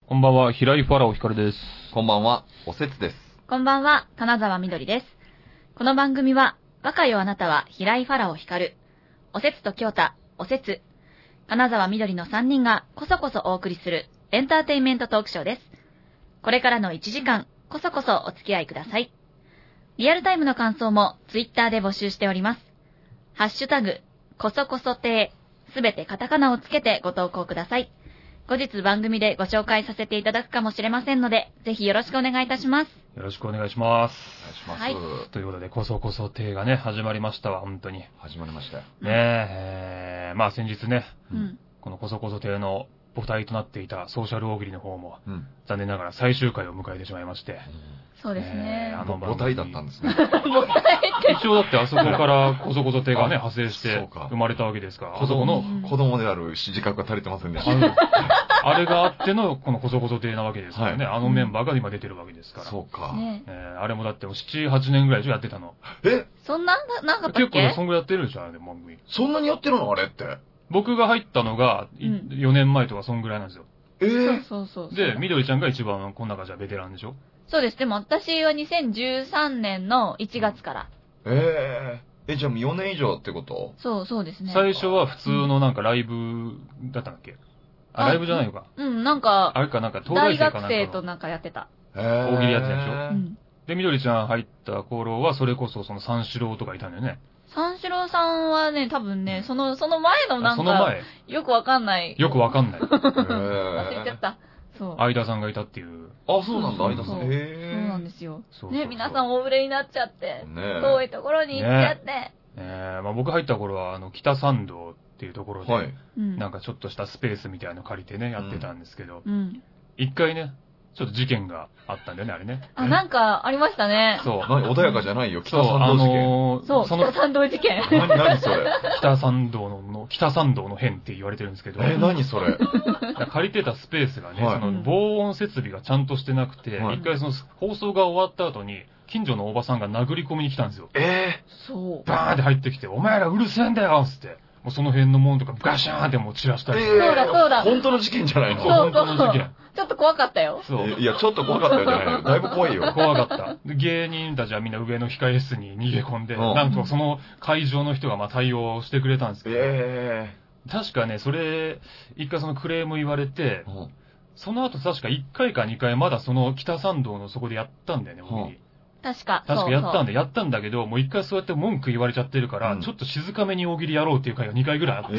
こんばんは、平井ファラオ光です。 こんばんは、おせつです。 こんばんは、金沢みどりです。この番組は、若よあなたは平井ファラオ光、おせつと京太、おせつ、金沢みどりの3人がこそこそお送りするエンターテインメントトークショーです。これからの1時間、こそこそお付き合いください。リアルタイムの感想もツイッターで募集しております。ハッシュタグ、こそこそ亭、すべてカタカナをつけてご投稿ください。後日番組でご紹介させていただくかもしれませんので、ぜひよろしくお願いいたします。 よろしくお願いします。 お願いします。 はい。 ということで、こそこそ亭がね、始まりましたわ、本当に。 始まりましたよ。 まあ先日ね、このこそこそ亭の母体となっていたソーシャル大喜利の方も、残念ながら最終回を迎えてしまいまして。 そうですね。 母体だったんですね。 母体って一応だってあそこからこそこそ亭がね、派生して生まれたわけですから、 子供である自覚が足りてませんでした。 あれがあってのこのこそこそ亭なわけですからね、あのメンバーが今出てるわけですから。 そうか。 あれもだって7、8年ぐらい以上やってたの。 そんな、なんか結構ね、そんぐらいやってるでしょ、あれ番組。 そんなにやってるのあれって。 僕が入ったのが、4年前とかそんぐらいなんですよ。 そう。 で、みどりちゃんが一番この中じゃベテランでしょ？ そうです。でも私は2013年の1月から。 じゃあ4年以上ってこと？ そうですね。 最初は普通のなんかライブだったんだっけ？ライブじゃないのか。 なんか、 あれかなんか東大生かなんかの。 大学生となんかやってた。 大喜利やってたでしょ？で、みどりちゃん入った頃はそれこそその三四郎とかいたんだよね。 三四郎さんはね、多分ね、その前のなんか、よくわかんない。 忘れちゃった。そう。 相田さんがいたっていう。 あ、そうなんだ、相田さん。 そうなんですよ。 そうね、皆さん大売れになっちゃって、遠いところに行っちゃって。 まあ僕入った頃は、北参道っていうところで、なんかちょっとしたスペースみたいなの借りてね、やってたんですけど、一回ね、ちょっと事件があったんだよね、あれね。 なんかありましたね。 そう。 穏やかじゃないよ、北参道事件。 北参道事件。 何それ？ 北参道の変って言われてるんですけど。 何それ？ 借りてたスペースがね、その防音設備がちゃんとしてなくて、一回その放送が終わった後に、近所のおばさんが殴り込みに来たんですよ。 そう。 バーンって入ってきて、お前らうるせえんだよつって。もうその辺のものとかガシャーンってもう散らしたり。 そうだ。 本当の事件じゃないの？ 本当の事件。 ちょっと怖かったよ。 そう。 いや、ちょっと怖かったよじゃないの。だいぶ怖いよ。 怖かった。で、芸人たちはみんな上の控え室に逃げ込んで、なんとその会場の人がまあ対応してくれたんですけど、確かね、それ、一回そのクレーム言われて、その後確か1回か2回まだその北参道のそこでやったんだよね、大喜利。 確かやったんだけど、もう一回そうやって文句言われちゃってるから、ちょっと静かめに大喜利やろうっていう回が2回ぐらいあって、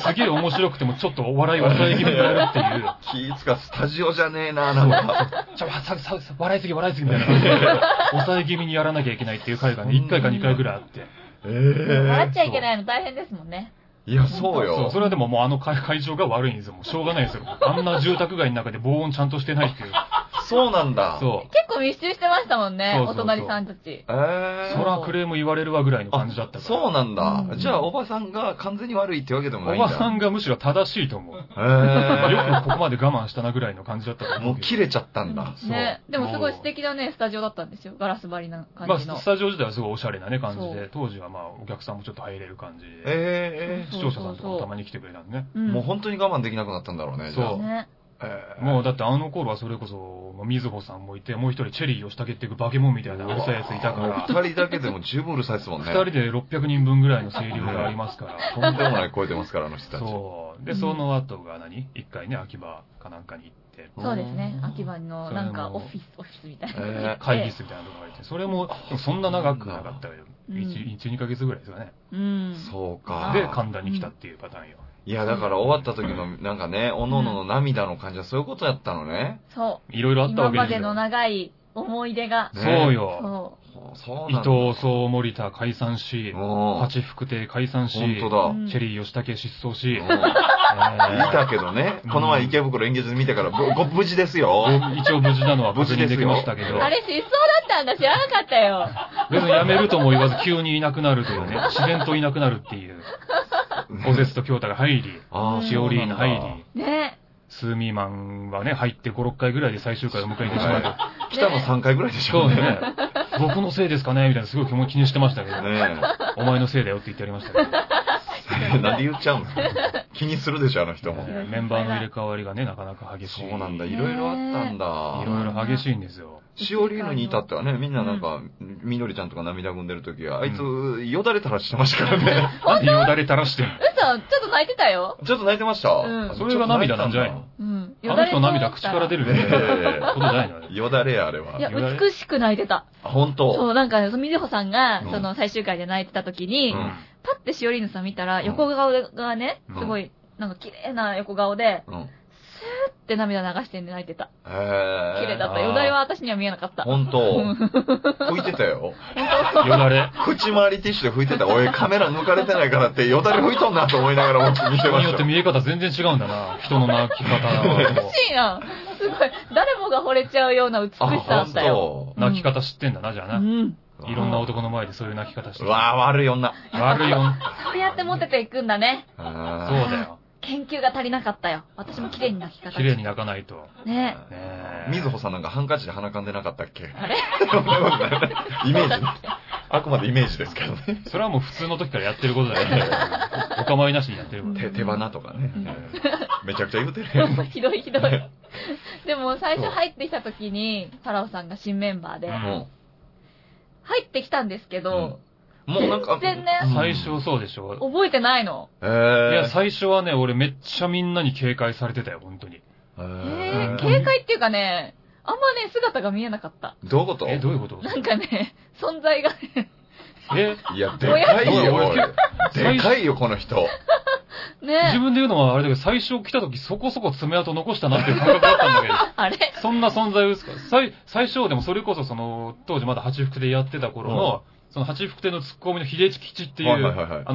すげえ面白くてもちょっと笑い抑え気味にやるっていう。 気ぃつかスタジオじゃねえな、なんか。 笑いすぎみたいな感じで、抑え気味にやらなきゃいけないっていう回がね、1回か2回ぐらいあって。 笑っちゃいけないの大変ですもんね。 いや、そうよ。 それはでももうあの会場が悪いんですよ。もうしょうがないですよ。あんな住宅街の中で防音ちゃんとしてないっていう。 そうなんだ。 そう。結構密集してましたもんね、お隣さんたち。 そらクレーム言われるわぐらいの感じだったから。 そうなんだ。じゃあ、おばさんが完全に悪いってわけでもないんだ。 おばさんがむしろ正しいと思う。よくここまで我慢したなぐらいの感じだったと思う。 もう切れちゃったんだ。 ね。でもすごい素敵なね、スタジオだったんですよ。ガラス張りな感じの。 スタジオ自体はすごいおしゃれなね、感じで、当時はまあ、お客さんもちょっと入れる感じで。視聴者さんとかもたまに来てくれたんでね。 もう本当に我慢できなくなったんだろうね、 そう。もうだってあの頃はそれこそ、みずほさんもいて、もう一人チェリーをしたけっていくバケモンみたいなうるさいやついたから。 二人だけでも十分うるさいですもんね。 二人で600人分ぐらいの声量がありますから。 とんでもない声出ますから、あの人たち。 そう。で、その後が一回ね、秋葉かなんかに行って。 そうですね。秋葉のなんかオフィスみたいな。 会議室みたいなところがいて。それも、そんな長くなかったけど、1、2ヶ月ぐらいですかね。 そうか。 で、神田に来たっていうパターンよ。 いや、だから終わった時の、なんかね、おのおのの涙の感じはそういうことやったのね。 そう。 いろいろあったわけですよ。 今までの長い思い出が。 そうよ。伊藤総森田解散し、八福亭解散し、 本当だ。 チェリー吉武失踪し、いたけどね、この前池袋演芸場見たから無事ですよ。 一応無事なのは確認できましたけど。 あれ失踪だったんだ、知らなかったよ。 別に辞めるとも言わず急にいなくなるというね、自然といなくなるっていう。おせつと京太が入り、しおりーの入り、 ね。 スーミーマンはね、入って5、6回ぐらいで最終回を迎えてしまうと。 来たの3回ぐらいでしょ。 そうね。僕のせいですかねみたいなすごい気にしてましたけどね。お前のせいだよって言ってやりましたけど。 なんで言っちゃうんですか？気にするでしょ、あの人も。 メンバーの入れ替わりがね、なかなか激しい。 そうなんだ、いろいろあったんだ。 いろいろ激しいんですよ。 しおりーぬに至ってはね、みんななんか、みどりちゃんとか涙ぐんでる時は、あいつ、よだれ垂らしてましたからね。 なんでよだれ垂らしてんの？ 嘘、ちょっと泣いてたよ。 ちょっと泣いてました？ うん。 それが涙なんじゃないの？ うん。 あの人涙口から出ることじゃないの？ よだれや、あれは。 いや、美しく泣いてた。 本当？ そう、なんか、みずほさんが、その最終回で泣いてた時に、パッてしおりーぬさん見たら、横顔がね、すごい、なんか綺麗な横顔で、スーって涙流して泣いてた。綺麗だった。よだれは私には見えなかった。 本当？拭いてたよ。 よだれ口周りティッシュで拭いてた。おい、カメラ抜かれてないからって、よだれ拭いとんなと思いながら僕見てました。 人によって見え方全然違うんだな。人の泣き方美しいな。すごい。誰もが惚れちゃうような美しさだったよ。 泣き方知ってんだな、じゃあな。いろんな男の前でそういう泣き方してる。 わぁ、悪い女。 悪い女。 そうやってモテていくんだね。 そうだよ。 研究が足りなかったよ。私も綺麗に泣き方。 綺麗に泣かないと。 ねえ。みずほさんなんかハンカチで鼻かんでなかったっけ？ あれイメージ。あくまでイメージですけどね。 それはもう普通の時からやってることだよね。お構いなしにやってること。 手鼻とかね。めちゃくちゃ言うてるよ。 ひどいひどい。でも最初入ってきた時に、ファラオさんが新メンバーで、入ってきたんですけど、 もうなんか、 全然ね、 最初そうでしょ。 覚えてないの。 いや、最初はね、俺めっちゃみんなに警戒されてたよ、本当に。 警戒っていうかね、あんまね、姿が見えなかった。 どういうこと？ どういうこと？ なんかね、存在がね。 いや、でかいよ、でかいよ、この人。 ね自分で言うのはあれだけど、最初来た時そこそこ爪痕残したなっていう感覚だったんだけど。 あれそんな存在ですか？最初でもそれこそその、当時まだ八福でやってた頃の、その八福亭のツッコミの秀地吉っていう、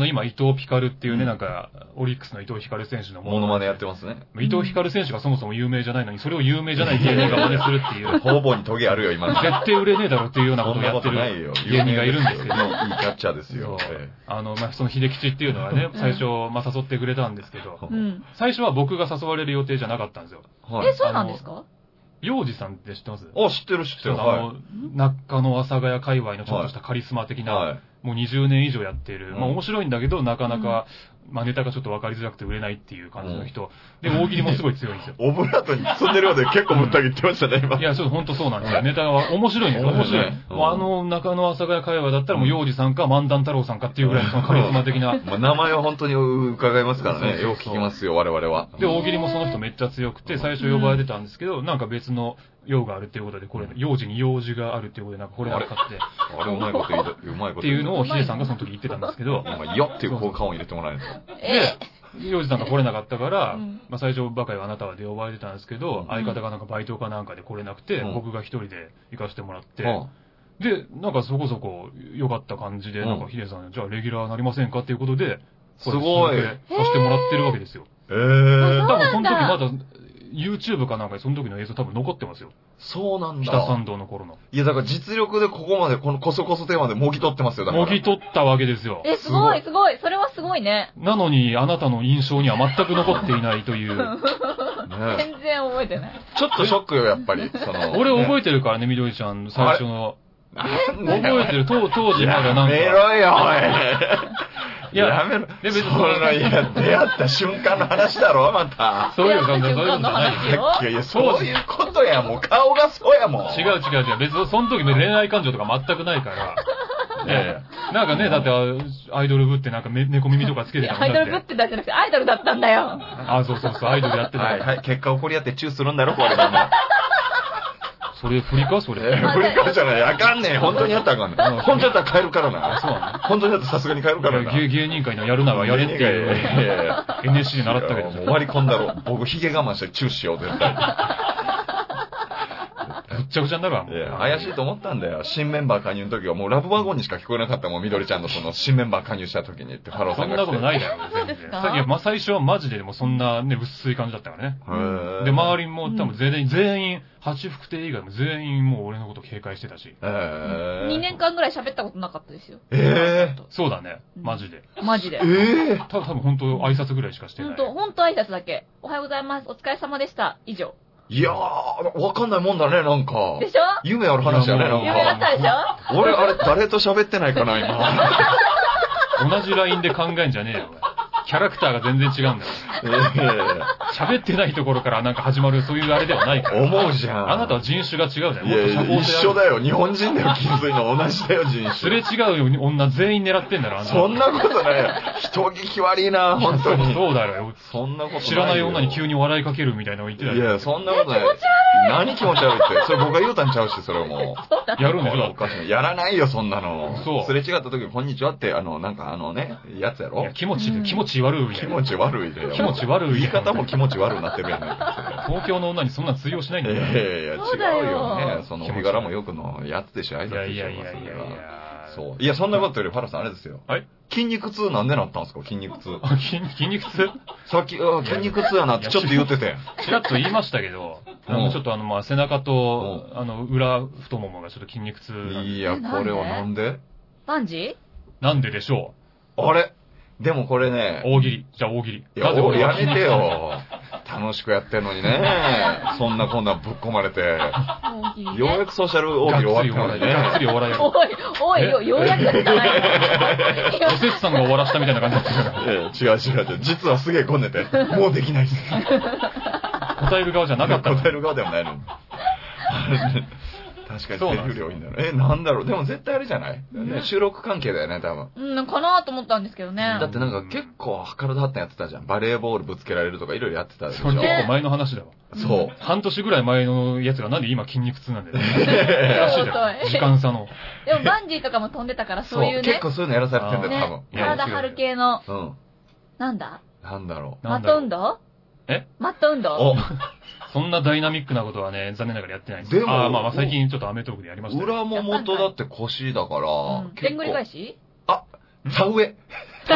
今伊藤ピカルっていうね、なんか、オリックスの伊藤光選手のモノマネやってますね。 伊藤光選手がそもそも有名じゃないのに、それを有名じゃない芸人が真似するっていう。 方々にトゲあるよ、今の。 絶対売れねえだろっていうようなことをやってる芸人がいるんですけど。いいキャッチャーですよ。 その秀吉っていうのはね、最初、誘ってくれたんですけど、最初は僕が誘われる予定じゃなかったんですよ。 そうなんですか？ 幼児さんって知ってます？ 知ってる知ってる。 中野阿佐ヶ谷界隈のちょっとしたカリスマ的な、もう20年以上やっている。まあ面白いんだけど、なかなか、まあネタがちょっと分かりづらくて売れないっていう感じの人。で、大喜利もすごい強いんですよ。 オブラートに包んでるようで結構ぶった切ってましたね、今。 いや、ちょっと本当そうなんですよ。ネタが面白いんですよ。面白い。もう中野阿佐ヶ谷界隈だったらもう幼児さんか漫談太郎さんかっていうぐらいのそのカリスマ的な。 名前は本当に伺いますからね。よく聞きますよ、我々は。 で、大喜利もその人めっちゃ強くて、最初呼ばれてたんですけど、なんか別の用があるっていうことで、これ、幼児に用事があるっていうことで、なんかこれが買って。 あれうまいこと言う、うまいことっていうのをヒデさんがその時言ってたんですけど。 よっていう効果音入れてもらえると。 で、幼児さんが来れなかったから、まあ最初バカよあなたはで呼ばれてたんですけど、相方がなんかバイトかなんかで来れなくて、僕が一人で行かせてもらって、で、なんかそこそこ良かった感じで、なんかヒデさん、じゃあレギュラーなりませんかっていうことで、 すごい。 させてもらってるわけですよ。多分その時まだ、YouTube かなんかでその時の映像多分残ってますよ。 そうなんだ。 北参道の頃の。 いや、だから実力でここまで、このコソコソテーマでもぎ取ってますよ、だから。 もぎ取ったわけですよ。 すごい、すごい。それはすごいね。 なのに、あなたの印象には全く残っていないという。 全然覚えてない。 ちょっとショックよ、やっぱり。 俺覚えてるからね、みどりちゃん、最初の。覚えてる、当時まだなんか。 やめろよ、おい。 いや、 やめろ。別に出会った瞬間の話だろ、また。 そういう感じ、そういうことじゃないよ。いやいや、そういうことや、もう顔がそうやもん。 違う。別にその時恋愛感情とか全くないから。なんかね、だってアイドルぶってなんか猫耳とかつけてたもん。 アイドルぶってたじゃなくてアイドルだったんだよ。 そう、アイドルやってた。 はい、結果起こり合ってチューするんだろ、これも。 それ振りかそれ。 振りかじゃない。あかんねん。本当にやったらあかんねん。本当やったら帰るからな。 そうなの？ 本当にやったらさすがに帰るからな。 芸人界のやるならやれっていう。NSC で習ったけど。 もう割り込んだろ。僕ヒゲ我慢してチューしよう、絶対。 ぐっちゃぐちゃになるわ。 怪しいと思ったんだよ。新メンバー加入の時はもうラブワゴンにしか聞こえなかったもん、みどりちゃんのその新メンバー加入した時にってファローさんが。 そんなことないだろ、全然。最初はマジでもそんなね、薄い感じだったからね。で、周りも多分全員、八福亭以外も全員もう俺のこと警戒してたし。 2年間ぐらい喋ったことなかったですよ。 そうだね。マジで。 マジで。 多分本当挨拶ぐらいしかしてない。 本当挨拶だけ。おはようございます。お疲れ様でした。以上。 いやー、わかんないもんだね、なんか。 でしょ？ 夢ある話やね、なんか。 夢あったでしょ？ 俺、あれ、誰と喋ってないかな、今。 同じ LINE で考えんじゃねえよ。 キャラクターが全然違うんだよ。喋ってないところからなんか始まるそういうあれではないから。 思うじゃん。 あなたは人種が違うじゃん。もっと社交性一緒だよ。日本人だよ、気づいの同じだよ、人種。 すれ違う女全員狙ってんだろ、あんた。 そんなことないよ。人聞き悪いな、本当に。 そうだよ。 そんなことないよ。 知らない女に急に笑いかけるみたいなの言ってたよ。 いや、そんなことない。何気持ち悪いって。それ僕が言うたんちゃうし、それも。 やるんでしょ。 おかしい。やらないよ、そんなの。 そう。 すれ違った時、こんにちはって、なんかやつやろ。いや、 気持ち悪い。 気持ち悪いでよ。 気持ち悪い。 言い方も気持ち悪くなってるやん。 東京の女にそんな通用しないんだよ。 いや違うよね。その、日柄もよくのやつでしょ、挨拶でしょ。 いや。 そう。いや、そんなことより、ファラさんあれですよ。 はい。 筋肉痛なんでなったんですか、筋肉痛。 筋肉痛さっき、筋肉痛やなってちょっと言ってて。 ちらっと言いましたけど、ちょっと背中と、裏太ももがちょっと筋肉痛。 いや、これはなんでバンジなんででしょう。あれでもこれね。 大喜利。じゃあ大喜利。 いや、やめてよ。楽しくやってんのにね。そんなこんなぶっ込まれて。ようやくソーシャル大喜利終わったのにね。 がっつり終わらやる。 おい、ようやくじゃないの。 おせつさんが終わらしたみたいな感じだったから。 違う。実はすげえこんでて。もうできないっす。 答える側じゃなかったの。 答える側でもないの。確かにセリフ量いいんだろう。なんだろう。でも絶対あれじゃない、収録関係だよね、多分。 かなと思ったんですけどね。 だってなんか結構体張ったやってたじゃん。バレーボールぶつけられるとかいろいろやってたでしょ。 それ結構前の話だわ。 そう。 半年ぐらい前のやつがなんで今筋肉痛なんだよ。らしいだよ。時間差の。 でもバンジーとかも飛んでたからそういうね。 結構そういうのやらされてんだよ、多分。 体張る系の。 うん。 なんだろう。 マット運動マット運動そんなダイナミックなことはね、残念ながらやってないんですよ。まあ最近ちょっとアメトークでやりましたね。 裏ももとだって腰だから、 でんぐり返し田植え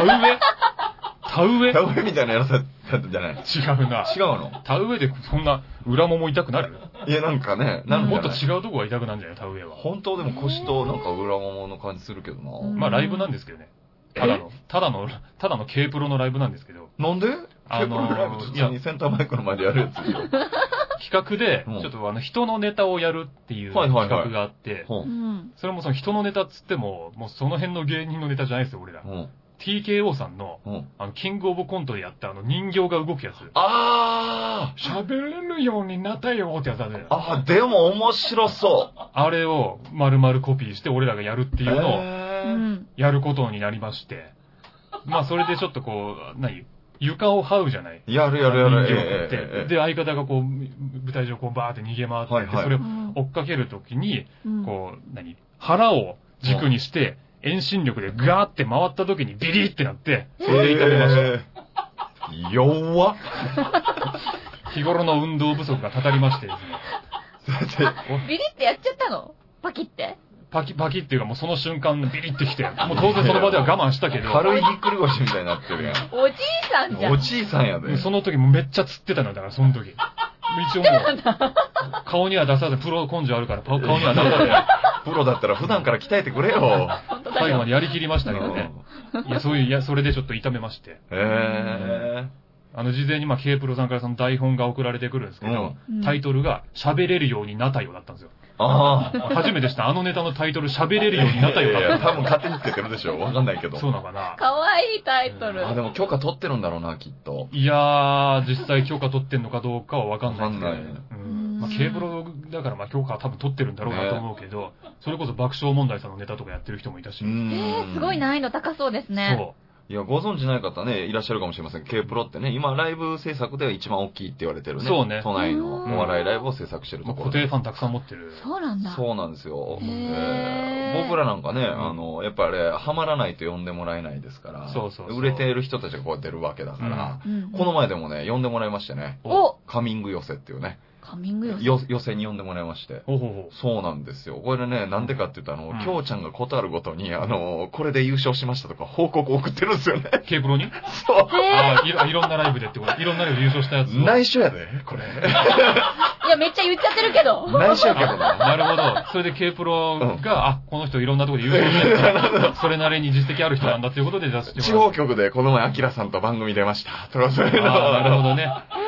みたいなやらされたんじゃない？ 違うな。 違うの？ 田植えでそんな裏もも痛くなる？ いや、なんかね、 もっと違うとこが痛くなるんじゃない田植えは。 本当でも腰となんか裏ももの感じするけどな。 まあライブなんですけどね。ただの K プロのライブなんですけど。 なんでK プロのライブって普通にセンターマイクの前でやるやつですよ。 企画で、ちょっと人のネタをやるっていう企画があって、それもその人のネタっつっても、もうその辺の芸人のネタじゃないですよ、俺ら。TKO さんの、キングオブコントでやった人形が動くやつ。喋れるようになったよってやつだね。 でも面白そう。 あれを丸々コピーして俺らがやるっていうのを、やることになりまして。まあそれでちょっと床を這うじゃない？ やる。 で、相方が舞台上バーって逃げ回って、それを追っかけるときに、腹を軸にして、遠心力でガーって回ったときにビリってなって、それで痛めました。 弱っ。 日頃の運動不足がたたりましてですね。 ビリってやっちゃったの？パキって？ パキっていうかもうその瞬間ビリってきて、もう当然その場では我慢したけど。 軽いぎっくり腰みたいになってるやん。 おじいさんじゃん。 おじいさんやで。 その時もめっちゃ釣ってたのだからその時。一応もう、顔には出さず、プロ根性あるから顔には出さず。 プロだったら普段から鍛えてくれよ。 最後までやりきりましたけどね。それでちょっと痛めまして。事前にK プロさんからその台本が送られてくるんですけど、タイトルが喋れるようになったよだったんですよ。初めてした。ネタのタイトル喋れるようになったよだった。 多分勝手につけてるでしょ。わかんないけど。 そうなのかな。 かわいいタイトル。 でも許可取ってるんだろうな、きっと。 いやー、実際許可取ってんのかどうかはわかんないですけど。K プロだから許可は多分取ってるんだろうなと思うけど、それこそ爆笑問題さんのネタとかやってる人もいたし。 すごい難易度高そうですね。 そう。いや、ご存知ない方ね、いらっしゃるかもしれません。K プロってね、今ライブ制作では一番大きいって言われてるね。 そうね。 都内のお笑いライブを制作してるところ。 固定ファンたくさん持ってる。 そうなんだ。 そうなんですよ。僕らなんかね、やっぱりハマらないと呼んでもらえないですから。売れている人たちがこう出るわけだから。この前でもね、呼んでもらいましてね。カミング寄せっていうね。 カミング寄せに呼んでもらいまして。そうなんですよ。これね、なんでかって言うと、きょうちゃんがことあるごとに、これで優勝しましたとか報告送ってるんですよね。 K プロにそう。 いろんなライブでってこと？いろんなライブで優勝したやつ。 内緒やで、これ。 いや、めっちゃ言っちゃってるけど。 内緒やけどな。 なるほど。それで K プロが、この人いろんなところで優勝してる。それなりに実績ある人なんだっていうことで出してもらう。 地方局でこの前、アキラさんと番組出ました。とかそういうの。 なるほどね。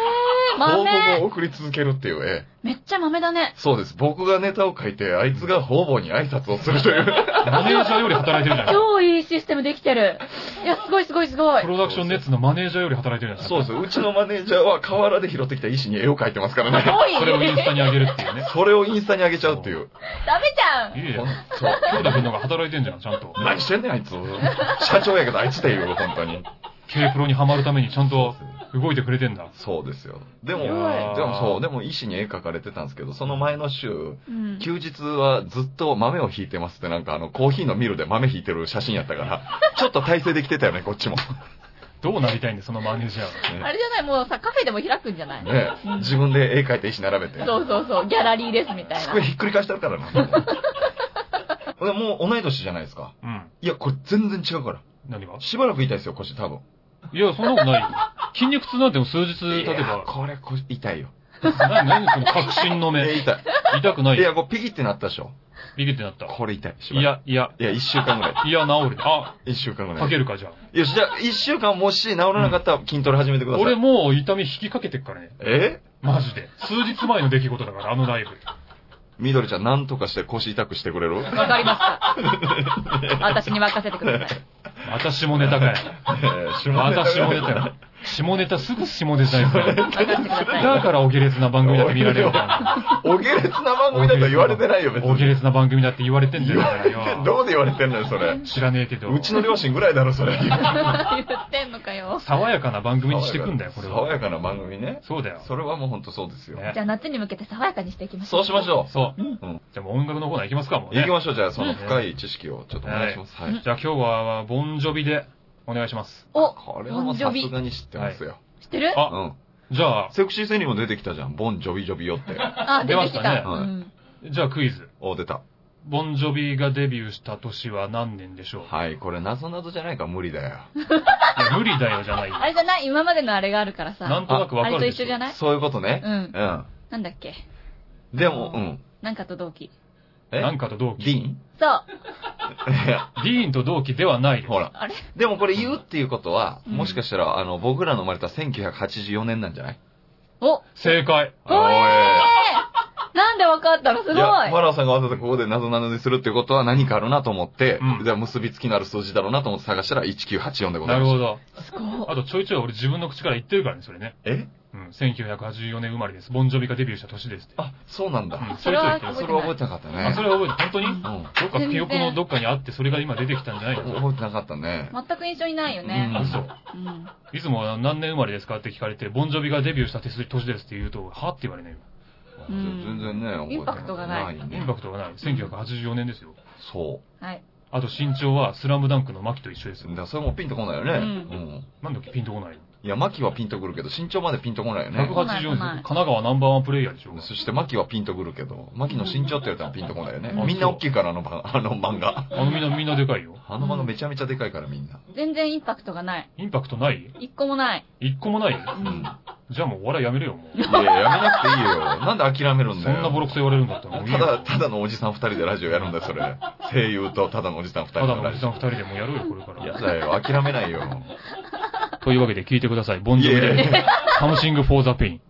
豆を送り続けるっていう、 めっちゃ豆だね。 そうです。僕がネタを書いて、あいつが方々に挨拶をするという。 マネージャーより働いてるじゃない超いいシステムできてる。いや、すごい。プロダクションネッツのマネージャーより働いてるじゃないですか。 そうです。うちのマネージャーは河原で拾ってきた石に絵を描いてますからね。 それをインスタに上げるっていうね。 それをインスタに上げちゃうっていう。 ダメじゃん。 いいよ。京田君のが働いてんじゃん、ちゃんと。 何してんねん、あいつ。社長やけどあいつで言う、本当に。 K プロにハマるためにちゃんと動いてくれてんだ。 そうですよ。でも石に絵描かれてたんですけど、その前の週、休日はずっと豆をひいてますってなんかコーヒーのミルで豆ひいてる写真やったから、ちょっと体勢できてたよね、こっちも。 どうなりたいんで、そのマネージャーは。 あれじゃない、もうさ、カフェでも開くんじゃないね、自分で絵描いて石並べて。 そう、ギャラリーですみたいな。 机ひっくり返してるからな。もう同い年じゃないですか。いや、これ全然違うから。 何が？ しばらく痛いですよ、腰多分。 いや、そんなことないよ。筋肉痛なんても数日経てば。 これ痛いよ。 何その確信の目。 痛い。 痛くないよ。 いや、こうピキってなったでしょ。 ピキってなった。 これ痛い。 いや、 1週間ぐらい。 いや、治るで。 1週間ぐらい。 かけるか、じゃあ。 よし、じゃあ、1週間もし治らなかったら筋トレ始めてください。 俺もう痛み引きかけてっからね。マジで。数日前の出来事だから、あのライブ。 みどりちゃん、なんとかして腰痛くしてくれる？ わかりました。私に任せてください。 私もネタかい。私もネタよ。下ネタすぐ下ネタですよ。だからお下劣な番組だって見られるんだよ。お下劣な番組だと言われてないよ、別に。 お下劣な番組だって言われてんじゃないからよ。 どうで言われてんのよ、それ。 知らねえけど。 うちの両親ぐらいだろ、それ。 言ってんのかよ。 爽やかな番組にしてくんだよ、これは。 爽やかな番組ね。 そうだよ。 それはもうほんとそうですよ。 じゃあ夏に向けて爽やかにしていきましょう。そうしましょう。 そう。じゃあもう音楽のコーナー行きますか、もう。 行きましょう、じゃあその深い知識をちょっとお願いします。 じゃあ今日は、ボンジョビでお願いします。 これはもうさすがに知ってますよ。 知ってる？ じゃあ。 セクシー戦にも出てきたじゃん。ボンジョビジョビよって。 出ましたね。じゃあクイズ。 出た。 ボンジョビがデビューした年は何年でしょう？ はい、これ謎じゃないから無理だよ。 いや、無理だよじゃないよ。 あれじゃない？今までのあれがあるからさ。 なんとなくわかる。 あれと一緒じゃない？ そういうことね。 なんだっけ？ でも、 なんかと同期。 なんかと同期。 ディーン？ そう。 ディーンと同期ではないです。 ほら。でもこれ言うっていうことは、もしかしたら、僕らの生まれた1984年なんじゃない？ 正解。 なんでわかったの？すごい。 ファラーさんがわざとここで謎にするっていうことは何かあるなと思って、じゃあ結びつきのある数字だろうなと思って探したら1984でございます。 なるほど。 すごい。 あとちょいちょい俺自分の口から言ってるからね、それね。1984年生まれです。ボンジョビがデビューした年ですって。 そうなんだ。 それは覚えてなかったね。 それは覚えて、本当に？どっか記憶のどっかにあって、それが今出てきたんじゃないの？ 覚えてなかったね。 全く印象にないよね。 嘘。いつも何年生まれですかって聞かれて、ボンジョビがデビューした年ですって言うと、はって言われないよ。 全然ね、 インパクトがない。 インパクトがない。1984年ですよ。 そう。 はい。 あと身長はスラムダンクのマキと一緒ですよ。 それもピンとこないよね。 なんだっけピンとこない。 いや、マキはピンとくるけど、身長までピンとこないよね。 180、神奈川ナンバーワンプレイヤーでしょ。 そしてマキはピンとくるけど、マキの身長って言われたらピンとこないよね。みんな大きいから、あの漫画。 みんなでかいよ。 あの漫画めちゃめちゃでかいからみんな。 全然インパクトがない。 インパクトない？ 一個もない。 一個もない？じゃあもうお笑いやめるよ、もう。 いや、やめなくていいよ。なんで諦めるんだよ。 そんなボロクソ言われるんだったらもういいよ。 ただのおじさん二人でラジオやるんだよ、それ。声優とただのおじさん二人で。 ただのおじさん二人でもうやるよ、これから。 やだよ、諦めないよ。 というわけで聞いてください。ボンジョビで、サムシングフォーザペイン。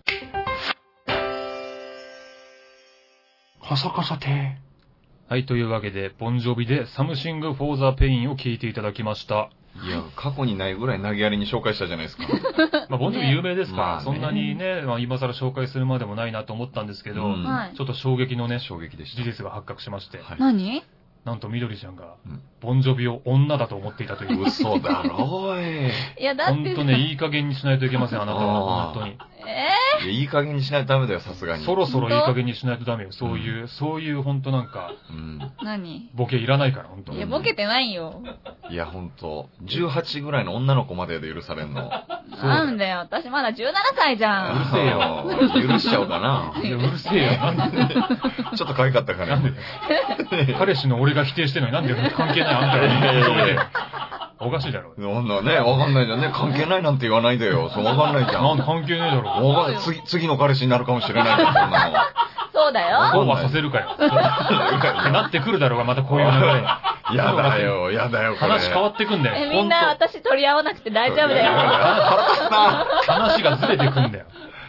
カサカサて。はい、というわけで、ボンジョビで、サムシングフォーザペインを聞いていただきました。 いや、過去にないぐらい投げやりに紹介したじゃないですか。 ボンジョビ有名ですから、そんなにね、今更紹介するまでもないなと思ったんですけど、ちょっと衝撃のね、 衝撃でした。 事実が発覚しまして。 何？ なんとみどりちゃんが、ボンジョビを女だと思っていたという。 嘘だろい。 いや、だって。 ほんとね、いい加減にしないといけません、あなたは。本当に。 いい加減にしないとダメだよ、さすがに。 そろそろいい加減にしないとダメよ。そういうほんとなんか、 何？ ボケいらないから、ほんと。 いや、ボケてないよ。 いや、ほんと、18ぐらいの女の子までで許されんの。 なんだよ、私まだ17歳じゃん。 うるせえよ。 許しちゃおうかな。 いや、うるせえよ。 ちょっと可愛かったから。なんで彼氏の俺が否定してんのになんで関係ないあんたが認めて。おかしいだろ。 そんなね、わかんないじゃんね。関係ないなんて言わないでよ。そう、わかんないじゃん。 なんで関係ねえだろ。 次の彼氏になるかもしれないじゃん、そんなの。 そうだよ。 そうはさせるかよ。なってくるだろうが、またこういう流れ。 やだよ、やだよ、 話変わってくんだよ。 みんな私取り合わなくて大丈夫だよ。 話がずれてくんだよ。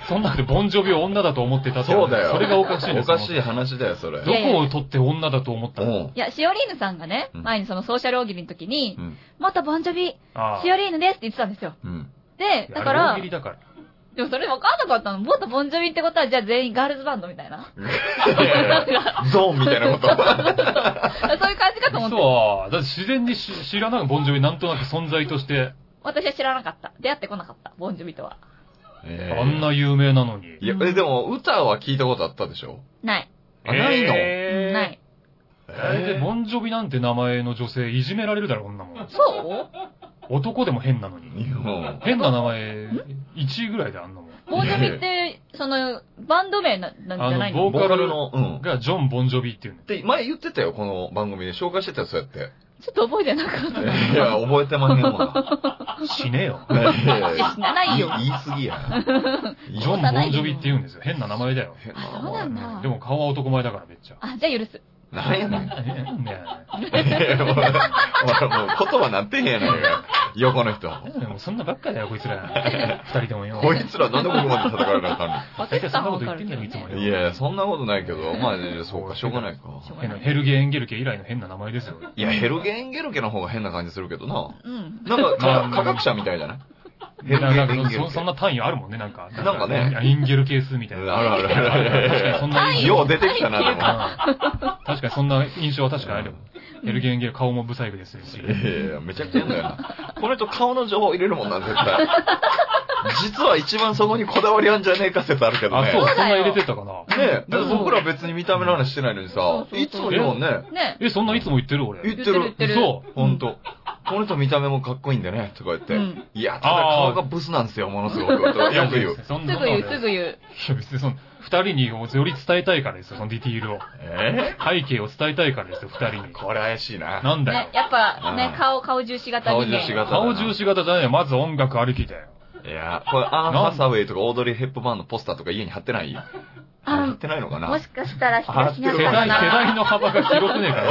そんなでボンジョビを女だと思ってたって。 そうだよ。 それがおかしいです。 おかしい話だよ、それ。 どこを取って女だと思ったの？ いや、シオリーヌさんがね、前にそのソーシャル大喜利の時に、元ボンジョビ、シオリーヌですって言ってたんですよ。で、だから、でもそれ分かんなかったの。元ボンジョビってことは、じゃあ全員ガールズバンドみたいな。 ゾーンみたいなこと。そういう感じかと思って。 そう。だって自然に知らないボンジョビなんとなく存在として。 私は知らなかった。出会ってこなかった。ボンジョビとは。 あんな有名なのに。 いや、でも歌は聞いたことあったでしょ？ ない。 ないの？ ない。 で、ボンジョビなんて名前の女性いじめられるだろ、こんなもん。 そう男でも変なのに。変な名前、1位ぐらいであんなもん。 ボンジョビって、その、バンド名なんじゃないの？ ボーカルの、がジョン・ボンジョビっていうで、前言ってたよ、この番組で紹介してたよ、そうやって。 ちょっと覚えてなかった。 いや、覚えてまへんわ。 死ねよ。 死なないよ。 言い過ぎや。 ジョン・ボンジョビって言うんですよ。変な名前だよ。 そうなんだ。 でも顔は男前だからめっちゃ。 あ、じゃあ許す。 なんやねん。もう言葉なってへんやないか。横の人。 もうそんなばっかだよ、こいつら。二人でもよ。 こいつらなんでここまで叩かれなあかんの？ 大体そんなこと言ってんだよ、いつもよ。 いや、そんなことないけど、まあ、そうか、しょうがないか。 ヘルゲ・エンゲルケ以来の変な名前ですよ。 いや、ヘルゲ・エンゲルケの方が変な感じするけどな。なんか、科学者みたいじゃない？ そんな単位あるもんね、なんかね。 インゲル係数みたいな。 あるあるある。確かにそんなよう出てきたな、でも。 確かにそんな印象は確かにある。ヘルゲエンゲル顔もブサイクですし。 めちゃくちゃ変だよな。この人顔の情報入れるもんな、絶対。実は一番そこにこだわりあんじゃねえか説あるけどね。 あ、そう、そんな入れてたかな。 ねえ。だって僕ら別に見た目の話してないのにさ、いつも言うもんね。 そんないつも言ってる俺。 言ってる。そう。ほんと。この人見た目もかっこいいんでね、とか言って。いや、ただ顔がブスなんですよ、ものすごく。よく言う。 すぐ言う。 いや、別にその、二人により伝えたいからですよ、そのディティールを。背景を伝えたいからですよ、二人に。 これ怪しいな。 なんだよ。 やっぱね、顔重視型にね。 顔重視型じゃないよ、まず音楽ありきだよ。 いや、これアン・ハサウェイとかオードリー・ヘップバーンのポスターとか家に貼ってない？貼ってないのかな？ もしかしたら世代の幅が広くねえから。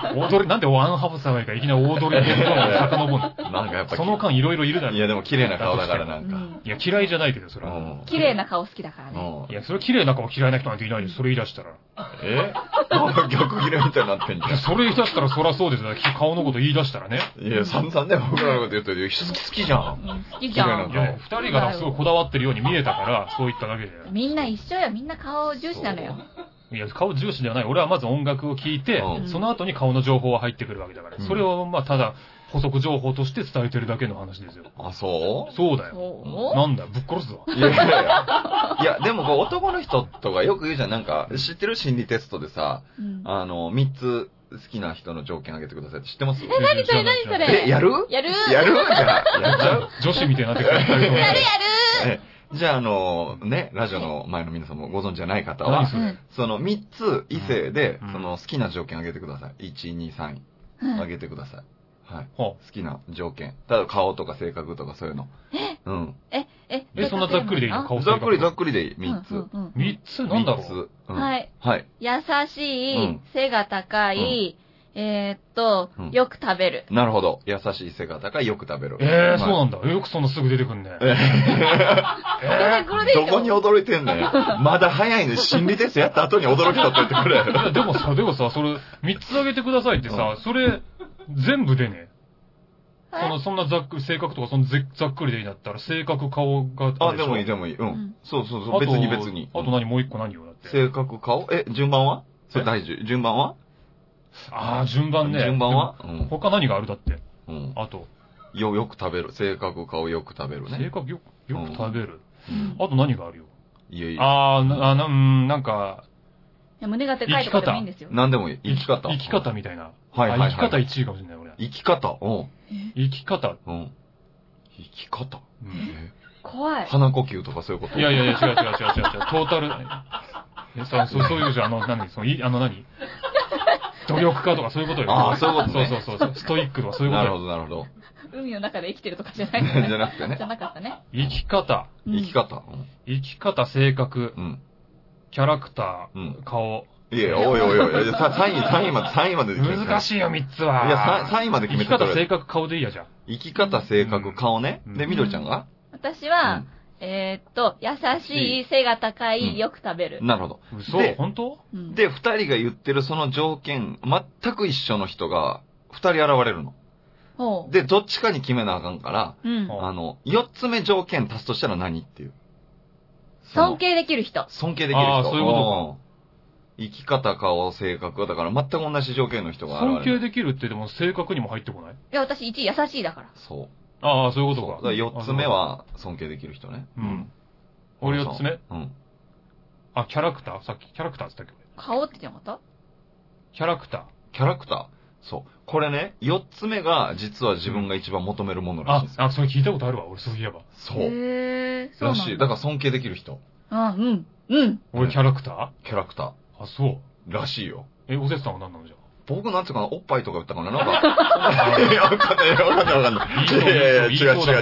なんでアン・ハサウェイがいきなりオードリー・ヘップバーンを遡るの？なんかやっぱその間いろいろいるだろ。 いやでも綺麗な顔だからなんか。 いや嫌いじゃないけど、それは。 綺麗な顔好きだからね。 いや、それ綺麗な顔嫌いな人なんていないよ、それ言い出したら。 逆切れみたいになってんじゃん。 それ言い出したらそらそうですよ。顔のこと言い出したらね。 いや、散々ね、僕らのこと言うと好きじゃん。 好きじゃん。 いや、二人がすごいこだわってるように見えたから、そう言っただけで。 みんな一緒よ。みんな顔重視なのよ。 いや、顔重視ではない。俺はまず音楽を聴いて、その後に顔の情報が入ってくるわけだから。それを、まあ、ただ、補足情報として伝えてるだけの話ですよ。 あ、そう？ そうだよ。なんだよ、ぶっ殺すぞ。 いや、でも男の人とかよく言うじゃん。なんか、知ってる心理テストでさ、3つ好きな人の条件あげてくださいって知ってます？ 何それやるやるじゃあ、やっちゃう？ 女子みたいになってくる。 やるじゃあね、ラジオの前の皆さんもご存知じゃない方は、その3つ異性で、その好きな条件あげてください。1、2、3位。あげてください。はい。好きな条件。ただ顔とか性格とかそういうの。 そんなざっくりでいいの？顔ざっくりでいい。3つ。 3つなんだろう？ はい。優しい、背が高い、よく食べる。 なるほど。優しい、背が高い、よく食べる。 そうなんだ。よくそんなすぐ出てくんね。 どこに驚いてんねん。まだ早いね。心理テストやった後に驚きとって言ってくれ。 でもさ、それ、3つあげてくださいってさ、それ、全部でね。そんな性格とか、ざっくりでいいんだったら、性格、顔が。 でもいい。そう。別に。 あともう一個何よ、だって。 性格、顔？順番は？それ大事。順番は？ 順番ね。 順番は？ 他何があるだって。あと。 よく食べる。性格、顔、よく食べるね。 性格、よく食べる。あと何があるよ。なんか。 胸がでかいとかでもいいんですよ。 何でもいい。生き方。 生き方みたいな。 生き方1位かもしれない、俺。 生き方。 生き方。 生き方。 怖い。 鼻呼吸とかそういうこと？ いや、違う。トータル。そういうじゃん、努力家とかそういうことよ。 そういうことね。 そう。ストイックとかそういうことよ。 なるほど。 海の中で生きてるとかじゃない。 じゃなくてね。 じゃなかったね。 生き方。生き方、性格。キャラクター。顔。 いや、おい。3位までで決めて。 難しいよ、3つは。 いや、3位まで決めて。 生き方、性格、顔でいいや、じゃあ。 生き方、性格、顔ね。で、みどりちゃんが？ 私は、 優しい、背が高い、よく食べる。 なるほど。 嘘？本当？ で、二人が言ってるその条件、全く一緒の人が、二人現れるの。で、どっちかに決めなあかんから、四つ目条件足すとしたら何っていう。 尊敬できる人。 尊敬できる人。 そういうことか。 生き方、顔、性格だから全く同じ条件の人が現れる。 尊敬できるってでも性格にも入ってこない？いや、私1位優しいだから。 そう。 ああ、そういうことか。だから 4つ目は尊敬できる人ね。 うん。俺4つ目？うん。あ、キャラクター？さっきキャラクターって言ったっけ？ 顔って言ってなかった？ キャラクター。 キャラクター？そう。これね、4つ目が実は自分が一番求めるものらしいんですよ。 それ聞いたことあるわ。俺そういえば。 そう。らしい。だから尊敬できる人。俺キャラクター？ キャラクター。 あ、そう。 らしいよ。 おせつさんは何なのじゃあ？ 僕なんていうかな、おっぱいとか言ったかななんか。わかんない。いや違う。 よかった。